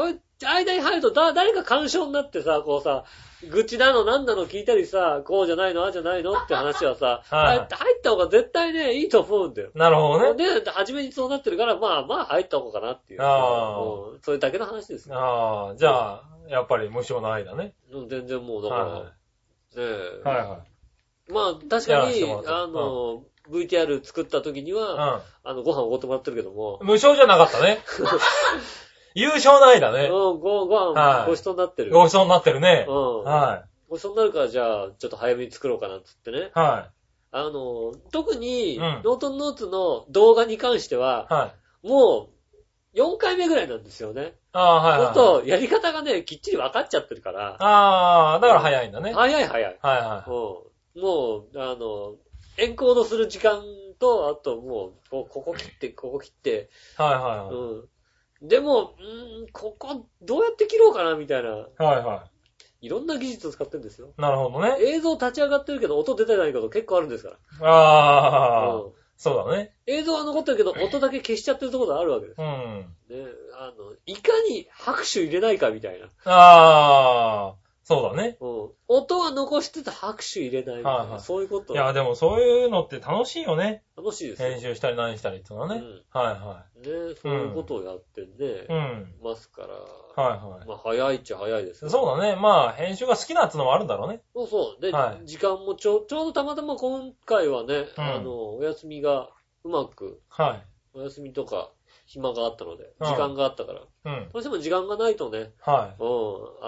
間に入るとだ、誰か干渉になってさ、こうさ、愚痴なのなんなの聞いたりさ、こうじゃないのああじゃないのって話はさ、はい、入った方が絶対ね、いいと思うんだよ。 なるほどね。 で、初めにそうなってるから、まあまあ入った方がかなっていう。ああ。うん。それだけの話ですよ。 ああ、じゃあ、やっぱり無償の愛だね。 全然もう、だから、はいはい、ねえ。 はいはい。 まあ、確かに、あの、うん、ブイティーアール 作った時には、うん、あの、ご飯おごってもらってるけども。 無償じゃなかったね。優勝ないだね。 うん、ご、ご飯、はい、ごちそうになってる。 ごちそうになってるね。 うん。はい。ごちそうになるから、じゃあ、ちょっと早めに作ろうかなっつってね。はい。あの、特に、うん、ノートンノーツの動画に関しては、はい。もう、よんかいめぐらいなんですよね。ああ、はい、はい。そうすると、やり方がね、きっちり分かっちゃってるから。 ああ、だから早いんだね。 早い早い。はいはい。うん。もう、あの、エンコードする時間と、あともう、ここ切って、ここ切って。はいはいはい。うん。でも、うーん、ここ、どうやって切ろうかな、みたいな。はいはい。いろんな技術を使ってるんですよ。 なるほどね。 映像立ち上がってるけど、音出てないこと結構あるんですから。 ああ、うん。そうだね。 映像は残ってるけど、音だけ消しちゃってるところがあるわけです。うん。ね、あの、いかに拍手入れないかみたいな。 ああ。そうだね。 うん。音は残してて拍手入れないみたいな。はいはい、そういうこと。 いや、でもそういうのって楽しいよね。 楽しいですよ。編集したり何したりっていうのはね。うん、はいはい。 ね、そういうことをやってね。うん。ますから。はいはい。まあ早いっちゃ早いですよ、ね。そうだね。まあ編集が好きなってのもあるんだろうね。 そうそう。で、はい、時間もちょ、ちょうどたまたま今回はね、うん、あの、お休みがうまく。はい。お休みとか。暇があったので、時間があったから。うん。どうしても時間がないとね。はい。うん。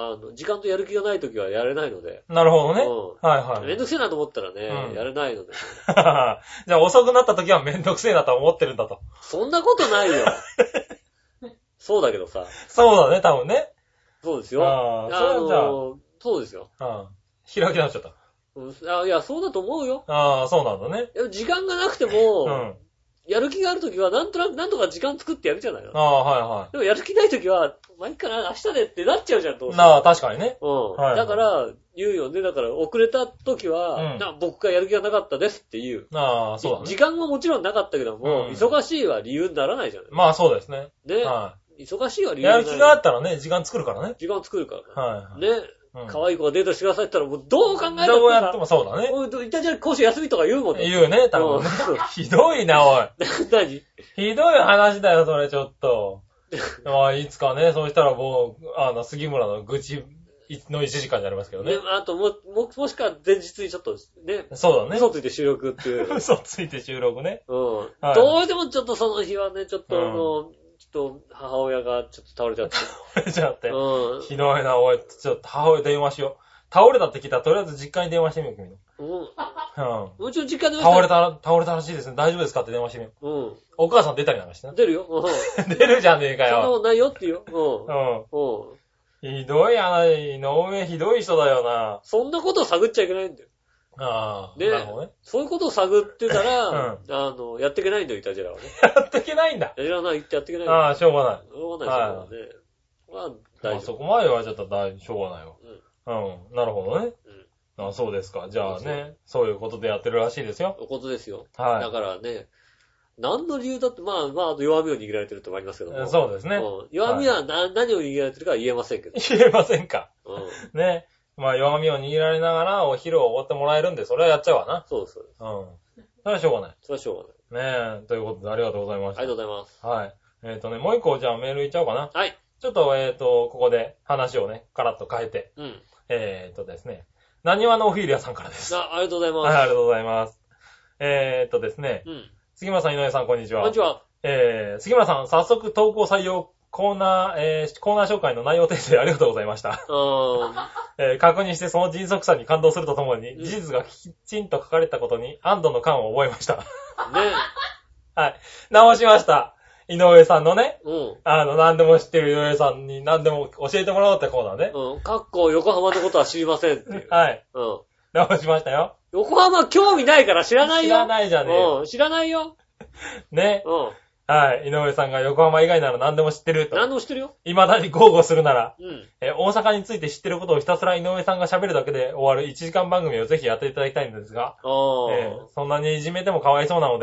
あの、時間とやる気がないときはやれないので。 なるほどね。うん。はいはい。 めんどくせえなと思ったらね、うん、やれないので、ね。 じゃあ遅くなったときはめんどくせえなと思ってるんだと。 そんなことないよ。そうだけどさ。 そうだね、多分ね。 そうですよ。ああ、それはじゃあ。そうですよ。 うん。開き直っちゃった。 うん。あいや、そうだと思うよ。 ああ、そうなんだね。 時間がなくても、うん。やる気があるときは、なんとなく、なんとか時間作ってやるじゃないの。 ああ、はいはい。 でもやる気ないときは、まあ、いいかな、明日でってなっちゃうじゃん、どうせ。 なあ、確かにね。 うん。はいはい、だから、言うよね。だから、遅れたときは、うん、な、僕がやる気がなかったですって言う。ああ、そうだね。時間ももちろんなかったけども、うん、忙しいは理由にならないじゃない。 まあ、そうですね。 ね。はい。忙しいは理由にならない。 やる気があったらね、時間作るからね。 時間作るから。はい、はい。ね。可愛い子がデートしてくださいって言ったら、もうどう考えたってどうやってもそうだね。 いたじゃ講師休みとか言うもんね。 言うね、多分ね。ひどいな、おい。 何ひどい話だよ、それちょっと。まあ、いつかね、そうしたらもう、あの、杉村の愚痴のいちじかんになりますけどね。 あと、も、も、もしか前日にちょっとね。 そうだね。 嘘ついて収録っていう。 嘘ついて収録ね。 うん。はい、どうしてもちょっとその日はね、ちょっとあの、うんちょっと母親がちょっと倒れちゃって。 倒れちゃって。うん。ひどいな、おい。ちょっと母親電話しよう。倒れたって聞いたら、とりあえず実家に電話してみよう、君の。うん。 うん。うちの実家で倒れた、倒れたらしいですね。大丈夫ですかって電話してみよう。うん。お母さん出たりなんかしてな。 出るよ。うん。出るじゃねえかよ。 そんなことないよって言うよ。うん。 うん。うん。ひどい話、井上ひどい人だよな。 そんなことを探っちゃいけないんだよ。 ああ。 で、なるほどね。そういうことを探ってたら、うん、あの、やっていけないんだよ、イタジェラはね。 やっていけないんだ。 イタジェラはないってやっていけないんだ。ああ、しょうがない。 しょうがない、しょうがないね。まあ、大丈夫。まあ、 そこまではちょっと大しょうがないわ。うん。うん。なるほどね。うん。ああ、そうですか。じゃあね、そういうことでやってるらしいですよ。 そういうことですよ。はい。だからね、何の理由だって、まあまあ、あと弱みを握られてるともありますけども。 そうですね。 うん。弱みは何、はい、何を握られてるかは言えませんけど。 言えませんか。うん。ね。まあ弱みを握られながらお昼をおごってもらえるんで、それはやっちゃうわな。 そうです、そうです。 うん。それはしょうがない。 それはしょうがない。ねえ、ということでありがとうございました。 ありがとうございます。 はい。えっ、ー、とね、もう一個じゃあメールいっちゃおうかな。 はい。 ちょっと、えっ、ー、と、ここで話をね、カラッと変えて。うん。えっ、ー、とですね、何話のオフィリアさんからです。 あ、ありがとうございます。 はい、ありがとうございます。えっ、ー、とですね、うん。杉村さん、井上さん、こんにちは。 こんにちは。 えー、杉村さん、早速投稿採用コーナー、えー、コーナー紹介の内容訂正ありがとうございました。えー、確認してその迅速さに感動するとともに、うん、事実がきちんと書かれたことに安堵の感を覚えました。ね。はい。直しました。井上さんのね、うん。あの、何でも知ってる井上さんに何でも教えてもらおうってコーナーね。 うん。かっこ横浜のことは知りませんっていう。 はい。うん。直しましたよ。 横浜興味ないから知らないよ。知らないじゃねえ。 うん。知らないよ。 ね。うん。はい。井上さんが横浜以外なら何でも知ってると。 何でも知ってるよ。 未だに豪語するなら、うん。え、大阪について知ってることをひたすら井上さんが喋るだけで終わるいちじかん番組をぜひやっていただきたいんですが、あえー、そんなにいじめてもかわいそうなので、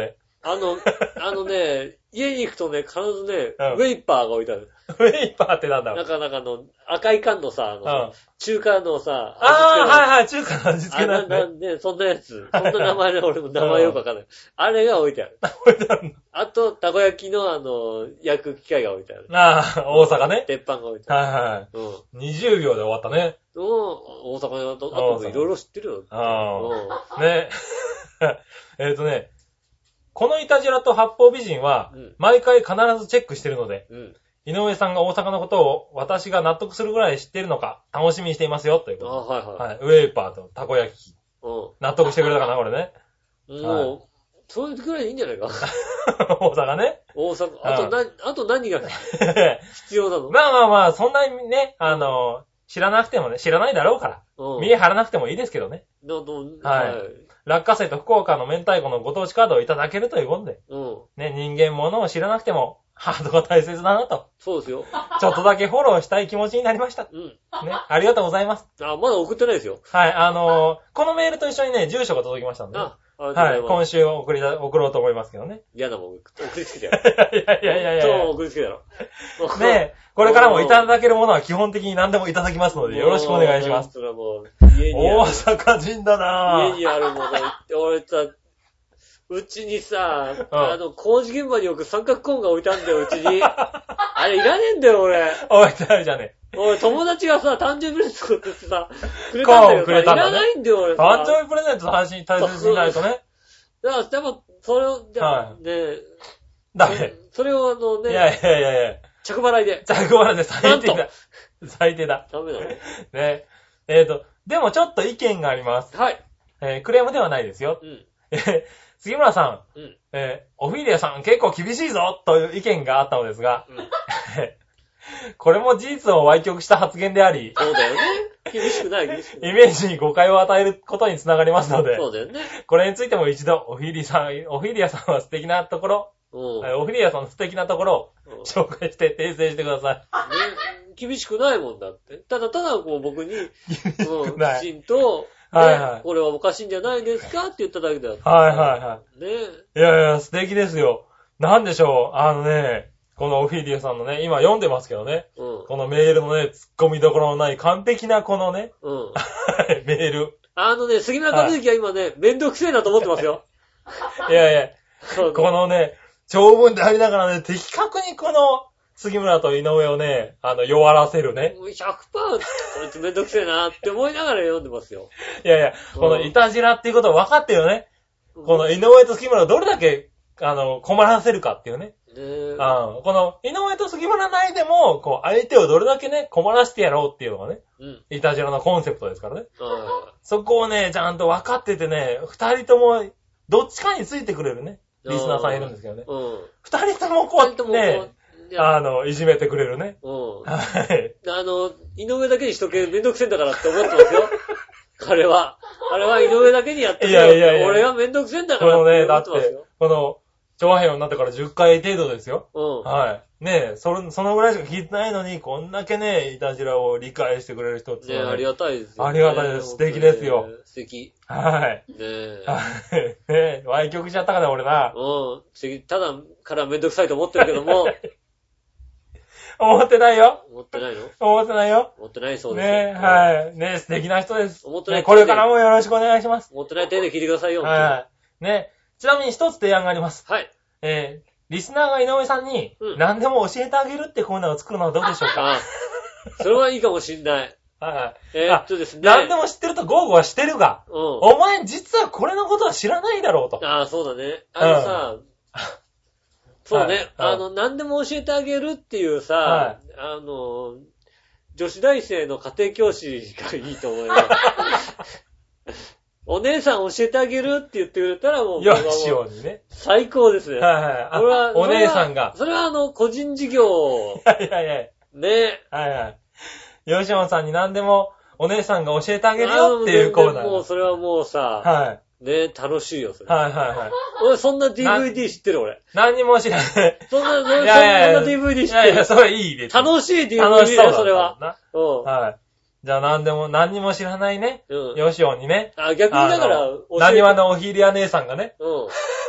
あの、あのね、家に行くとね、必ずね、うん、ウェイパーが置いてある。 ウェイパーってなんだろう。 なかなかの、赤い缶のさ、あの、うん、中華のさ、 ああ、はいはい、中華の味付けなんだ、ね。そんなやつ。そんな名前で俺も名前よくわかんない。うん、あれが置いてある。 置いてあるの。 あと、たこ焼きのあの、焼く機械が置いてある。 ああ、大阪ね。 鉄板が置いてある。 はいはい。うん。にじゅうびょうで終わったね。 うん、大阪のあと、あといろいろ知ってるよ。 ああ。ね。えっとね、このイタジラと八方美人は、毎回必ずチェックしてるので、うん、井上さんが大阪のことを私が納得するぐらい知ってるのか、楽しみにしていますよ、ということで。 あ、はいはい。はい。 ウェイパーとたこ焼き。うん。納得してくれたかな、これね。 もう、はい、そういうぐらいでいいんじゃないか。 大阪ね。 大阪。あとな、あと何が必要なの？ まあまあまあ、そんなにね、あの、うん、知らなくてもね、知らないだろうから。うん、見え張らなくてもいいですけどね。 どどはい。はい、落花生と福岡の明太子のご当地カードをいただけるということで。うん。ね、人間物を知らなくても、ハードが大切だなと。 そうですよ。 ちょっとだけフォローしたい気持ちになりました。うん。ね、ありがとうございます。 あ、まだ送ってないですよ。 はい、あのー、このメールと一緒にね、住所が届きましたんで、ね。あ、はい、今週送りだ、送ろうと思いますけどね。 嫌なもん、送りつけてやる。いやいやいやいや。そう、送りつけてやろ。 ねえ、これからもいただけるものは基本的に何でもいただきますので、よろしくお願いします。それはもう、家にある。大阪人だなぁ。家にあるもの、俺さ、うちにさ、うん、あの、工事現場に置く三角コーンが置いてあるんだよ、うちに。あれいらねえんだよ、俺。 置いてあるじゃねえ。 俺、友達がさ、誕生日プレゼントってさ、くれたんだけどさ、いらないんだよ、俺さ。 誕生日プレゼントの話に大切にないとね。 だから、でも、それを、じゃあ、ねえ。 ダメ。 それをあのね。 いやいやいやいや。 着払いで。 着払いで最低だ。最低だ。 ダメだね。 ね。えっと、でもちょっと意見があります。 はい。 えー、クレームではないですよ。うん。えー、杉村さん。うん。えー、オフィリアさん結構厳しいぞという意見があったのですが。うん。これも事実を歪曲した発言であり。 そうだよね。厳しくない、厳しくない。 イメージに誤解を与えることにつながりますので。 そうだよね。 これについても一度、オフィリさん、オフィリアさんは素敵なところ、うん、オフィリアさんの素敵なところを紹介して訂正してください。ね、 厳しくないもんだって。ただただこう僕に、 厳しくない。 きちんと、ね、はいはい、これはおかしいんじゃないですかって言っただけだよ。 はいはいはい。 ねいやいや、素敵ですよ。なんでしょう、あのね、このオフィリアさんのね、今読んでますけどね、うん、このメールのね、突っ込みどころのない完璧なこのね、うん、メール。 あのね、杉村和之は今ね、はい、めんどくせえなと思ってますよ。 いやいや、このね、長文でありながらね、的確にこの、杉村と井上をね、あの、弱らせるね。 ひゃくパーセント こいつめんどくせえなって思いながら読んでますよ。 いやいや、このイタジラっていうこと分かってるよね。うん、この井上と杉村をどれだけ、あの、困らせるかっていうね。ねえ。あこの、井上と杉村内でも、こう、相手をどれだけね、困らせてやろうっていうのがね、うん、イタジラのコンセプトですからね。うん、そこをね、ちゃんと分かっててね、二人とも、どっちかについてくれるね、リスナーさんいるんですけどね。うん、二人ともこうやってね、あの、いじめてくれるね。うん。はい。 あの、井上だけにしとけ、めんどくせえんだからって思ってますよ。彼は。あれは井上だけにやってるよ。いやいやいや。俺はめんどくせえんだからって思ってますよ。このね、だって、 この、長編になってからじゅっかい程度ですよ。うん。はい。ねえ、それ、そのぐらいしか聞いてないのに、こんだけね、イタジラを理解してくれる人って、 ね。ねえ、ありがたいですよ、 ね。ありがたいです。素敵ですよ。 素敵。 はい。ねえ。はい。ねえ、歪曲しちゃったかな、俺な。 うん。素敵。ただからめんどくさいと思ってるけども。 思ってないよ。 思ってないの？ 思ってないよ。 思ってないそうですねえ、はい。ねえ、素敵な人です。 思ってない、ね。 これからもよろしくお願いします。 思ってない手で聞いてくださいよ。 はい。ねえ、ちなみに一つ提案があります。 はい。 えー、リスナーが井上さんに、うん、何でも教えてあげるってコーナーを作るのはどうでしょうか？ああ、 それはいいかもしんない。 はい。 えー、っとですね。 何でも知ってると豪語はしてるが、うん、お前実はこれのことは知らないだろうと。 ああ、そうだね。あのさ、うんそうね、はい、あの、何でも教えてあげるっていうさ、はい、あの、女子大生の家庭教師がいいと思います。お姉さん教えてあげるって言ってくれたらもう、 よしようにね。 最高ですね。 はいはい。これは、お姉さんが。 それはあの、個人事業。 はいはいはい。 ね。 はいはい。よしおんさんに何でもお姉さんが教えてあげるよっていうコーナー。 もうそれはもうさ、 はい。 ね、楽しいよ、それ。 はいはいはい。 俺、そんな ディーブイディー 知ってる、俺。 何にも知らない。 そんな、そんな ディーブイディー 知ってる。 いやいや、それいいです。 楽しい ディーブイディー だよ、楽しそうそれは。 うん。はい。じゃあ何でも、何にも知らないね。うん。よしおんにね。 あ、逆にだから、 何話のおひりや姉さんがね。 うん。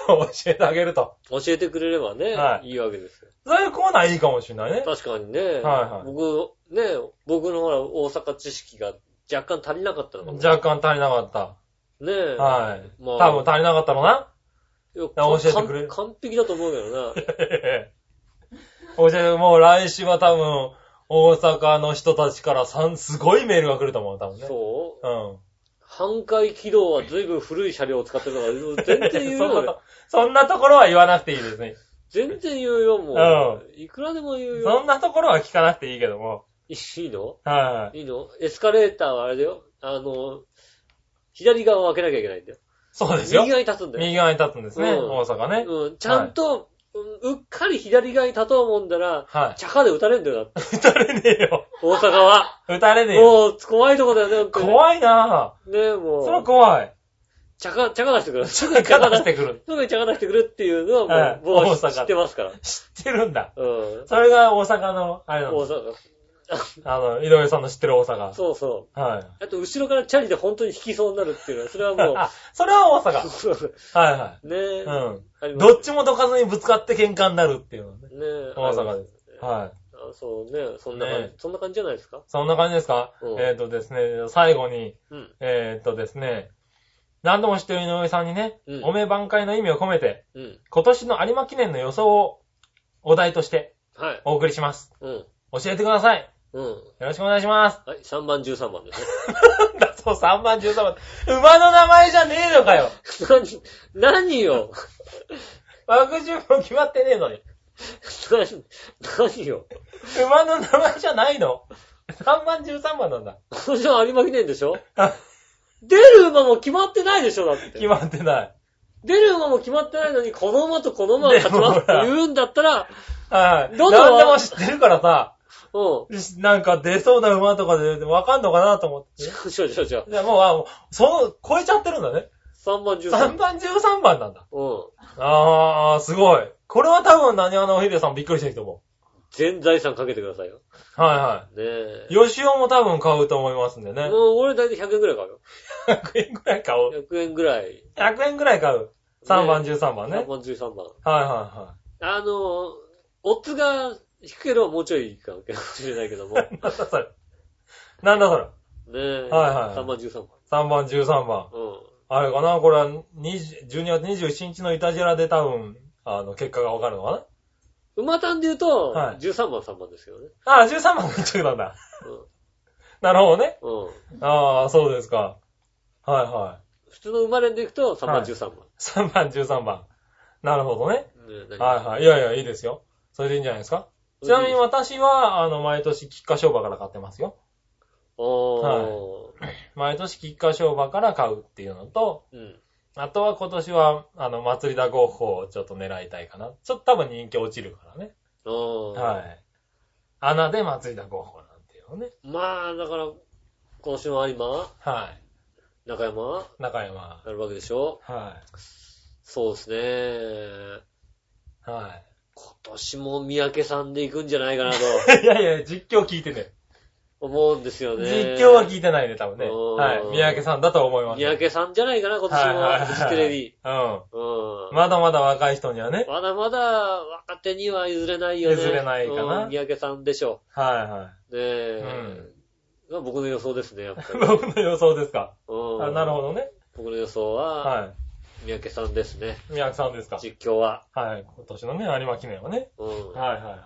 教えてあげると。 教えてくれればね、はい、いいわけですよ。 そういうコーナーいいかもしれないね。 確かにね。はいはい。 僕、ね、僕のほら、大阪知識が若干足りなかったのかも。 若干足りなかった。 ねえ。 はい。まあ、多分足りなかったのな。教えてくれる。 完璧だと思うけどな。 教えて、もう来週は多分、大阪の人たちからさん、すごいメールが来ると思う、多分ね。 そううん。半回軌道は随分古い車両を使ってるから、全然言うよ。 そんなと、そんなところは言わなくていいですね。 全然言うよ、もう。うん。いくらでも言うよ。 そんなところは聞かなくていいけども。 いいのはい。 いいのエスカレーターはあれだよ。あの、左側を開けなきゃいけないんだよ。 そうですよ。 右側に立つんだよ。 右側に立つんですね、うん、大阪ね。 うん。ちゃんと、はい、うっかり左側に立とうもんだら、はい。チャカで撃たれんだよ、だって。 撃たれねえよ。 大阪は。 撃たれねえよ。 もう、怖いとこだよね、 怖いなぁ。 ねえ、もう。 それは怖い。 チャカ、チャカ出してくる。 チャカ出してくる。 すぐにチャカ出してくるっていうのはもう、はい、もう知ってますから。 知ってるんだ。 うん。 それが大阪の、あれなんです。大阪。あの、井上さんの知ってる大阪。 そうそう。はい。 あと、後ろからチャリで本当に引きそうになるっていうのは、それはもう。 あ、それは大阪。はいはい。 ねえ。 うん。どっちもどかずにぶつかって喧嘩になるっていうのね。ねえ。 大阪です。はい。 あ、そうね。そんな感じ、ね、そんな感じじゃないですか？ そんな感じですか？うん、えっとですね、最後に、うん、えっとですね、何度も知ってる井上さんにね、うん、おめ挽回の意味を込めて、うん、今年の有馬記念の予想をお題として、はい。お送りします。うん。教えてください。うん。よろしくお願いします。 はい、さんばんじゅうさんばんですね。 なんだそう、さんばんじゅうさんばん。馬の名前じゃねえのかよ。 何、何よ。 枠順も決まってねえのに。 何よ。 馬の名前じゃないの ?さんばんじゅうさんばんなんだ。 じゃあ有馬記念でしょ出る馬も決まってないでしょだって。 決まってない。 出る馬も決まってないのに、この馬とこの馬が勝ちますって言うんだったら、 はい。どんどん何でも知ってるからさ、うん。なんか出そうな馬とかでわかんのかなと思って。 違う違う違う。 でもう、あ、そう、超えちゃってるんだね。 さんばんじゅうさんばん。 さんばんじゅうさんばんなんだ。 うん。 あー、すごい。これは多分何話のおひでさんびっくりしてると思う。 全財産かけてくださいよ。 はいはい。ねえ。吉尾も多分買うと思いますんでね。 もう俺だいたいひゃくえんぐらい買うよ。 ひゃくえんぐらい買う ?ひゃく円ぐらい。 ひゃくえんぐらい買う。さんばんじゅうさんばんね。 さんばんじゅうさんばん。 はいはいはい。 あの、オッズが低ければもうちょいいいかもしれないけども。 なんだそれ。なんだそれ。 ねえ。 はいはい。 さんばんじゅうさんばん。 さんばんじゅうさんばん。うん。あれかなこれはじゅうにがつにじゅうしちにちのイタジラで多分、あの、結果がわかるのかな馬単で言うと、はい、じゅうさんばんさんばんですよね。 ああ、じゅうさんばんが一着なんだ。うん。なるほどね。うん。ああ、そうですか。はいはい。 普通の馬連で行くとさんばんじゅうさんばん。はい、 さんばんじゅうさんばん。なるほどね。ねはいはい。いやいや、いいですよ。それでいいんじゃないですか。ちなみに私は、あの、毎年、菊花賞馬から買ってますよ。 おー。 はい。毎年、菊花賞馬から買うっていうのと、うん。あとは今年は、あの、祭りだゴッホをちょっと狙いたいかな。ちょっと多分人気落ちるからね。 おー。 はい。穴で祭りだゴッホなんていうのね。 まあ、だから、今週の有馬はい。 中山中山。 なるわけでしょはい。 そうですね。 はい。 今年も三宅さんで行くんじゃないかなと。 いやいや、実況聞いてね。 思うんですよね。 実況は聞いてないね、多分ね。はい。三宅さんだと思います。 三宅さんじゃないかな、今年も。はいフジテレビ。 うん。うん。まだまだ若い人にはね。 まだまだ若手には譲れないよね。 譲れないかな。 うん、三宅さんでしょ。 はいはい。 ねえ。うん。僕の予想ですね、やっぱり。 僕の予想ですか。うん。あ、なるほどね。 僕の予想は、はい。三宅さんですね。 三宅さんですか。 実況は。 はい。今年のね、有馬記念はね。うん。はいはいはい。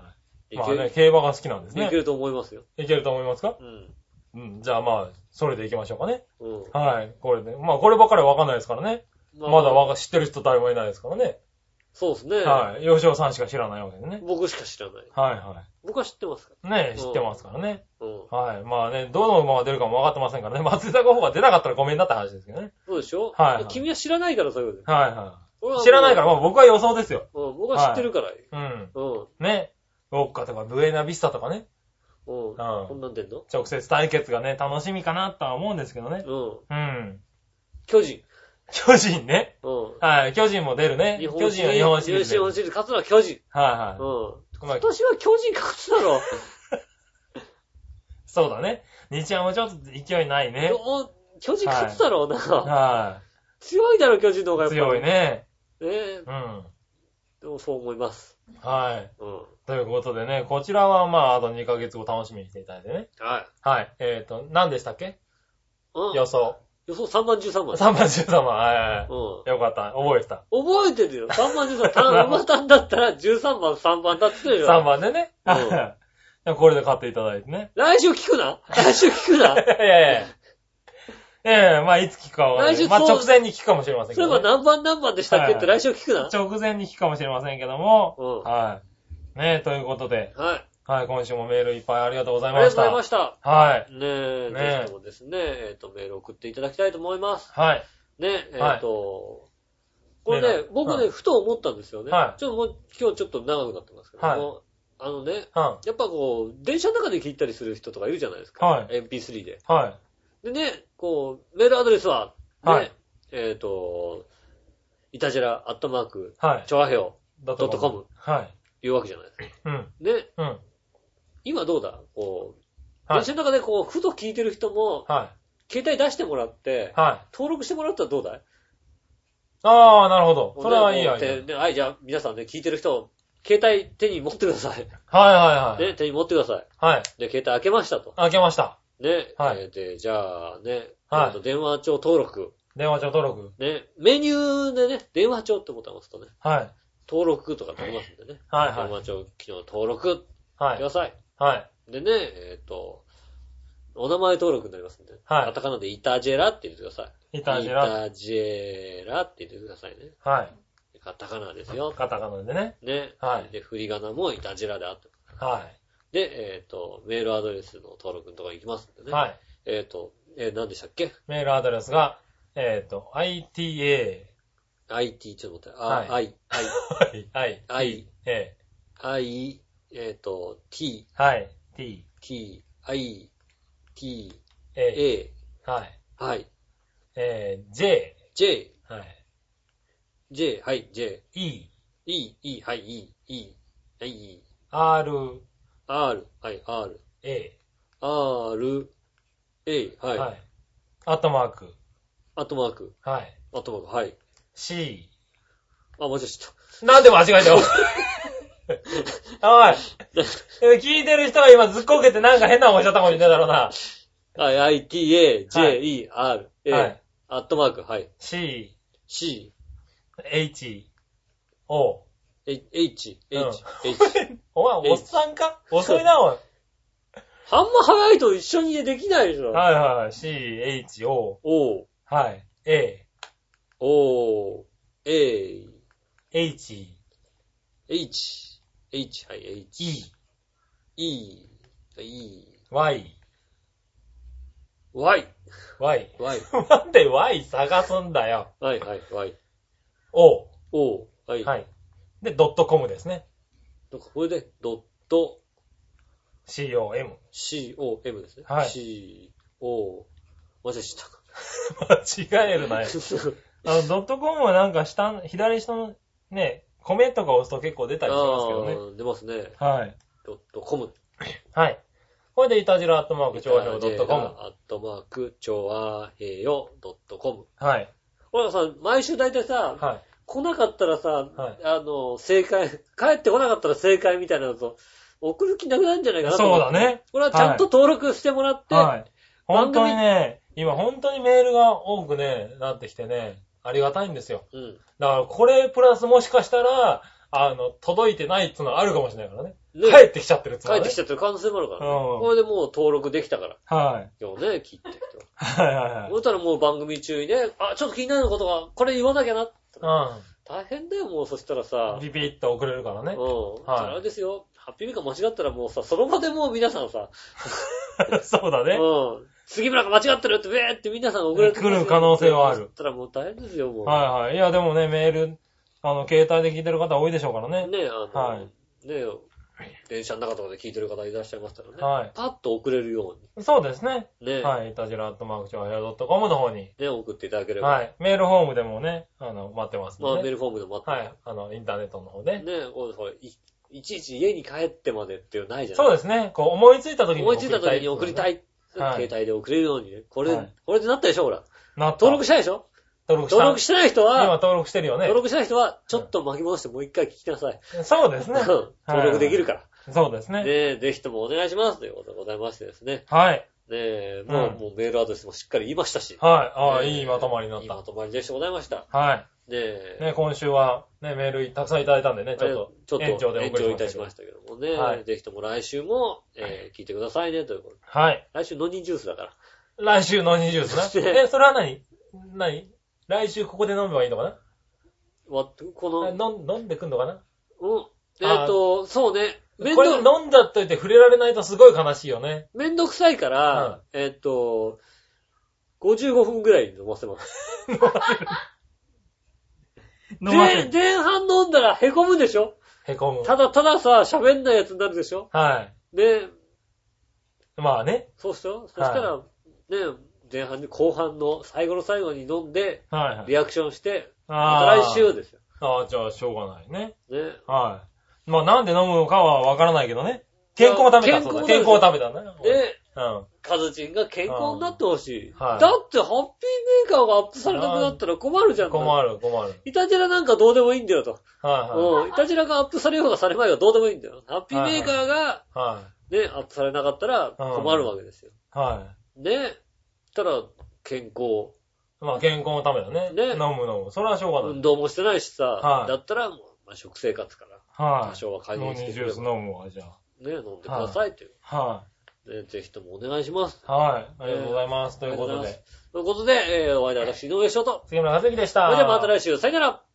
まあね、 競馬が好きなんですね。 いけると思いますよ。 いけると思いますかうん。うん。じゃあまあ、それで行きましょうかね。うん。はい。これで。まあ、こればっかりはわかんないですからね。まあ、まだわか、知ってる人誰もいないですからね。 そうですね。 はい。吉尾さんしか知らないわけでね。 僕しか知らない。 はいはい。 僕は知ってますから。ねえ、知ってますからね。うん。はい。まあね、どの馬が出るかも分かってませんからね。松田ゴッホが出なかったらごめんなって話ですけどね。 そうでしょはい、はい。 君は知らないからそういうこと。 はいはい。知らないから、まあ僕は予想ですよ。 うん。僕は知ってるから。はい、 うん。うん。ね。ウォッカとかブエナビスタとかね。 うん。うん。こんなん出んの？ 直接対決がね、楽しみかなとは思うんですけどね。 うん。 うん。 巨人。 巨人ね。 うん。 はい。巨人も出るね。巨人は日本シリーズ。 日本シリーズ勝つのは巨人。 はいはい。 うん。今年は巨人勝つだろ。 そうだね。日ハムちょっと勢いないね。 巨人勝つだろうな。 はい。 強いだろ、巨人の方がやっぱり。 強いね。 え。うん。でもそう思います。 はい。うん。ということでね、こちらはまあ、あとにかげつご楽しみにしていただいてね。 はい。 はい。えっ、ー、と、何でしたっけ？うん。予想。 予想さんばんじゅうさんばん。 さんばんじゅうさんばん。はいはいはい。うん。よかった。覚えてた。 覚えてるよ。さんばんじゅうさんばん。馬単だったらじゅうさんばんさんばんだって言ってるよ。 さんばんでね。うん。これで買っていただいてね。 来週聞くな来週聞くな。いやいやいや。ええ、まあ、いつ聞くかは、ね。来週まあ、直前に聞くかもしれませんけど、ね。 そういえば何番何番でしたっけって来週聞くな。 直前に聞くかもしれませんけども。うん。はい。ねえ、ということで。はい。はい、今週もメールいっぱいありがとうございました。ありがとうございました。はい。ねえ、ねえ。ぜひともですね、えっと、メール送っていただきたいと思います。はい。ねえ、えっと、これね、僕ね、ふと思ったんですよね。はい。ちょっともう、今日ちょっと長くなってますけども。はい。あのね、やっぱこう、電車の中で聞いたりする人とかいるじゃないですか。はい。エムピースリー で。はい。でね、こう、メールアドレスは、ね、はい、えっ、ー、と、いたじら、アットマーク、はい、チョアヘオ、ドットコム、はい、いうわけじゃないですか。うん。で、うん。今どうだこう、電車の中でこう、ふと聞いてる人も、はい、携帯出してもらって、はい、登録してもらったらどうだい？ああ、なるほど。それはいいアイデア。で、はい、じゃあ、皆さんね、聞いてる人、携帯手に持ってください。はいはいはい。ね、手に持ってください。はい。で、携帯開けましたと。開けました。ね。はい。で、じゃあね、はい。電話帳登録。電話帳登録。ね。メニューでね、電話帳ってボタンを押すとね。はい。登録とか出ますんでね。はいはい。電話帳機能登録。はい。ください。はい。でね、えっと、お名前登録になりますんで。はい。カタカナでイタジェラって言ってください。イタジェラ。イタジェラって言ってくださいね。はい。カタカナですよ。カタカナでね。ね。はい。で、振り仮名もイタジェラであって。はい。で、えっと、メールアドレスの登録のところに行きますんでね。はい。えっと、えー、何でしたっけ？メールアドレスが、えっと、アイティーエー。アイティー、ちょっと待って、あ、はい。I、I、I、I、I、えっと、T。はい。T。T、I、T、A。はい。はい。えー、J。J。はい。J、はい、J。E。E、E、はい、E、E。はい、E。R。R、はい、R。A。R、A、はい。はい。アットマーク。アットマーク。はい。アットマーク、はい。C。あ、間違えちゃった。なんで間違えたよ。おい。聞いてる人が今ずっこけてなんか変な思いしちゃったかもしれないだろうな。はい、I、T、A、J、E、R、A。はい。アットマーク、はい。C。C。H。O。H、H、H。お前、おっさんか？遅いな、おい。あんま早いと一緒にできないでしょ。はいはい。C、H、O。O。はい。A。O。A。H。H。H。はい、H。E。E。E。Y。Y。Y。Y。なんで Y 探すんだよ。はいはい、Y。O。O。はい。はい。で、ドットコムですね。これで、ドット、シーオーエム。シーオーエム ですね。はい。シーオー、間違えちゃった。間違えるなよ。あの、ドットコムはなんか下、左下のね、米とか押すと結構出たりしますけどね。ああ、出ますね。はい。ドットコム。はい。これでイタジラアットマーク長平ドットコム。アットマーク長平よドットコム。はい。これさ、毎週大体さ、はい。来なかったらさ、はい、あの、正解、帰ってこなかったら正解みたいなのと、送る気なくなるんじゃないかなと思って。そうだね。これはちゃんと登録してもらって、はい。本当にね、今本当にメールが多くね、なってきてね、ありがたいんですよ。うん。だからこれプラスもしかしたら、あの、届いてないっていうのがあるかもしれないからね。ね、帰ってきちゃってるって、ね、帰ってきちゃってる可能性もあるからね。うん。これでもう登録できたから。はい。今日ね、切ってきて。はいはいはい。そしたらもう番組中にね、あ、ちょっと気になることが、これ言わなきゃな。うん。大変だよ、もう、そしたらさ。ビビッと送れるからね。うん。はい。あれですよ。ハッピーメーカー間違ったらもうさ、その場でもう皆さんさ。そうだね。うん。杉村が間違ってるって、ウェーって皆さんが送れてくる可能性はある。そしたらもう大変ですよ、もう。はいはい。いや、でもね、メール、あの、携帯で聞いてる方多いでしょうからね。ね、あの、はい。ね、電車の中とかで聞いてる方いらっしゃいましたらね。はい。パッと送れるように。そうですね。ね。はい。イタジラアットマークチョアヘアドットコムの方に。ね、送っていただければ。はい。メールフォームでもね、あの、待ってますんで、ね。まあ、メールフォームでも待ってます。はい。あの、インターネットの方で。ね、これ、い、いちいち家に帰ってまでっていうのないじゃないですか。そうですね。こう、思いついた時に送りたい、ね。思いついた時に送りたい。はい。携帯で送れるようにね。これ、はい、これでなったでしょ、ほら。なった。登録したでしょ？ 登録した。 登録してない人は、 今登録してるよね。 登録してない人は、ちょっと巻き戻してもう一回聞きなさい。 そうですね。 登録できるから。 そうですね。 ねぜひともお願いしますということでございましてですね。 はい。 ねえ、もう、うん、もうメールアドレスもしっかり言いましたし。 はい。ああ、いいまとまりになった。いいまとまりでしてございました。 はい。 ねえ。 ね今週は、ね、メールたくさんいただいたんでね、ちょっと、 ちょっと延長でお送りしました。延長いたしましたけどもね。はい。ぜひとも来週も、えー、聞いてくださいね、ということで。 はい。 来週ノニジュースだから。 来週ノニジュースな。え、それは何何来週ここで飲めばいいのかなわ、この、 飲んでくんのかなうん。えっと、そうね。 これ飲んじゃっといて触れられないとすごい悲しいよね。 めんどくさいから、うん、えっと、ごじゅうごふんぐらい飲ませます。飲ませる。前半飲んだら凹むでしょ凹む。 ただたださ、喋んないやつになるでしょはい。 で、 まあね。 そうしよう。そしたら、はい、ね、前半で後半の最後の最後に飲んで、はいはい、リアクションして、また来週ですよ。 ああ、じゃあしょうがないね。 ね。 はい。まあなんで飲むのかはわからないけどね。健康のためだそうだ。健康のためだね。 で、うん。カズチンが健康になってほしい。はい。だってハッピーメーカーがアップされなくなったら困るじゃん。 困る、困る。 イタジラなんかどうでもいいんだよと。 はいはい。 うん。イタジラがアップされようがされまいがどうでもいいんだよ。ハッピーメーカーが、はい。ね、アップされなかったら困るわけですよ。 はい。 ね。たら、健康。 まあ健康のためだね。ね。飲む飲む。それはしょうがない。 運動もしてないしさ。はい。だったらもう、まあ、食生活から。 はい。 多少は改善してくれる。ジュース飲むわ、じゃあ。 ね、飲んでくださいという。 はい。 ね、ぜひともお願いします。 はい。ありがとうございます。ということで。 ということで、えー、お会いで私、井上翔と。 杉村和之でした。 それではまた来週、さよなら。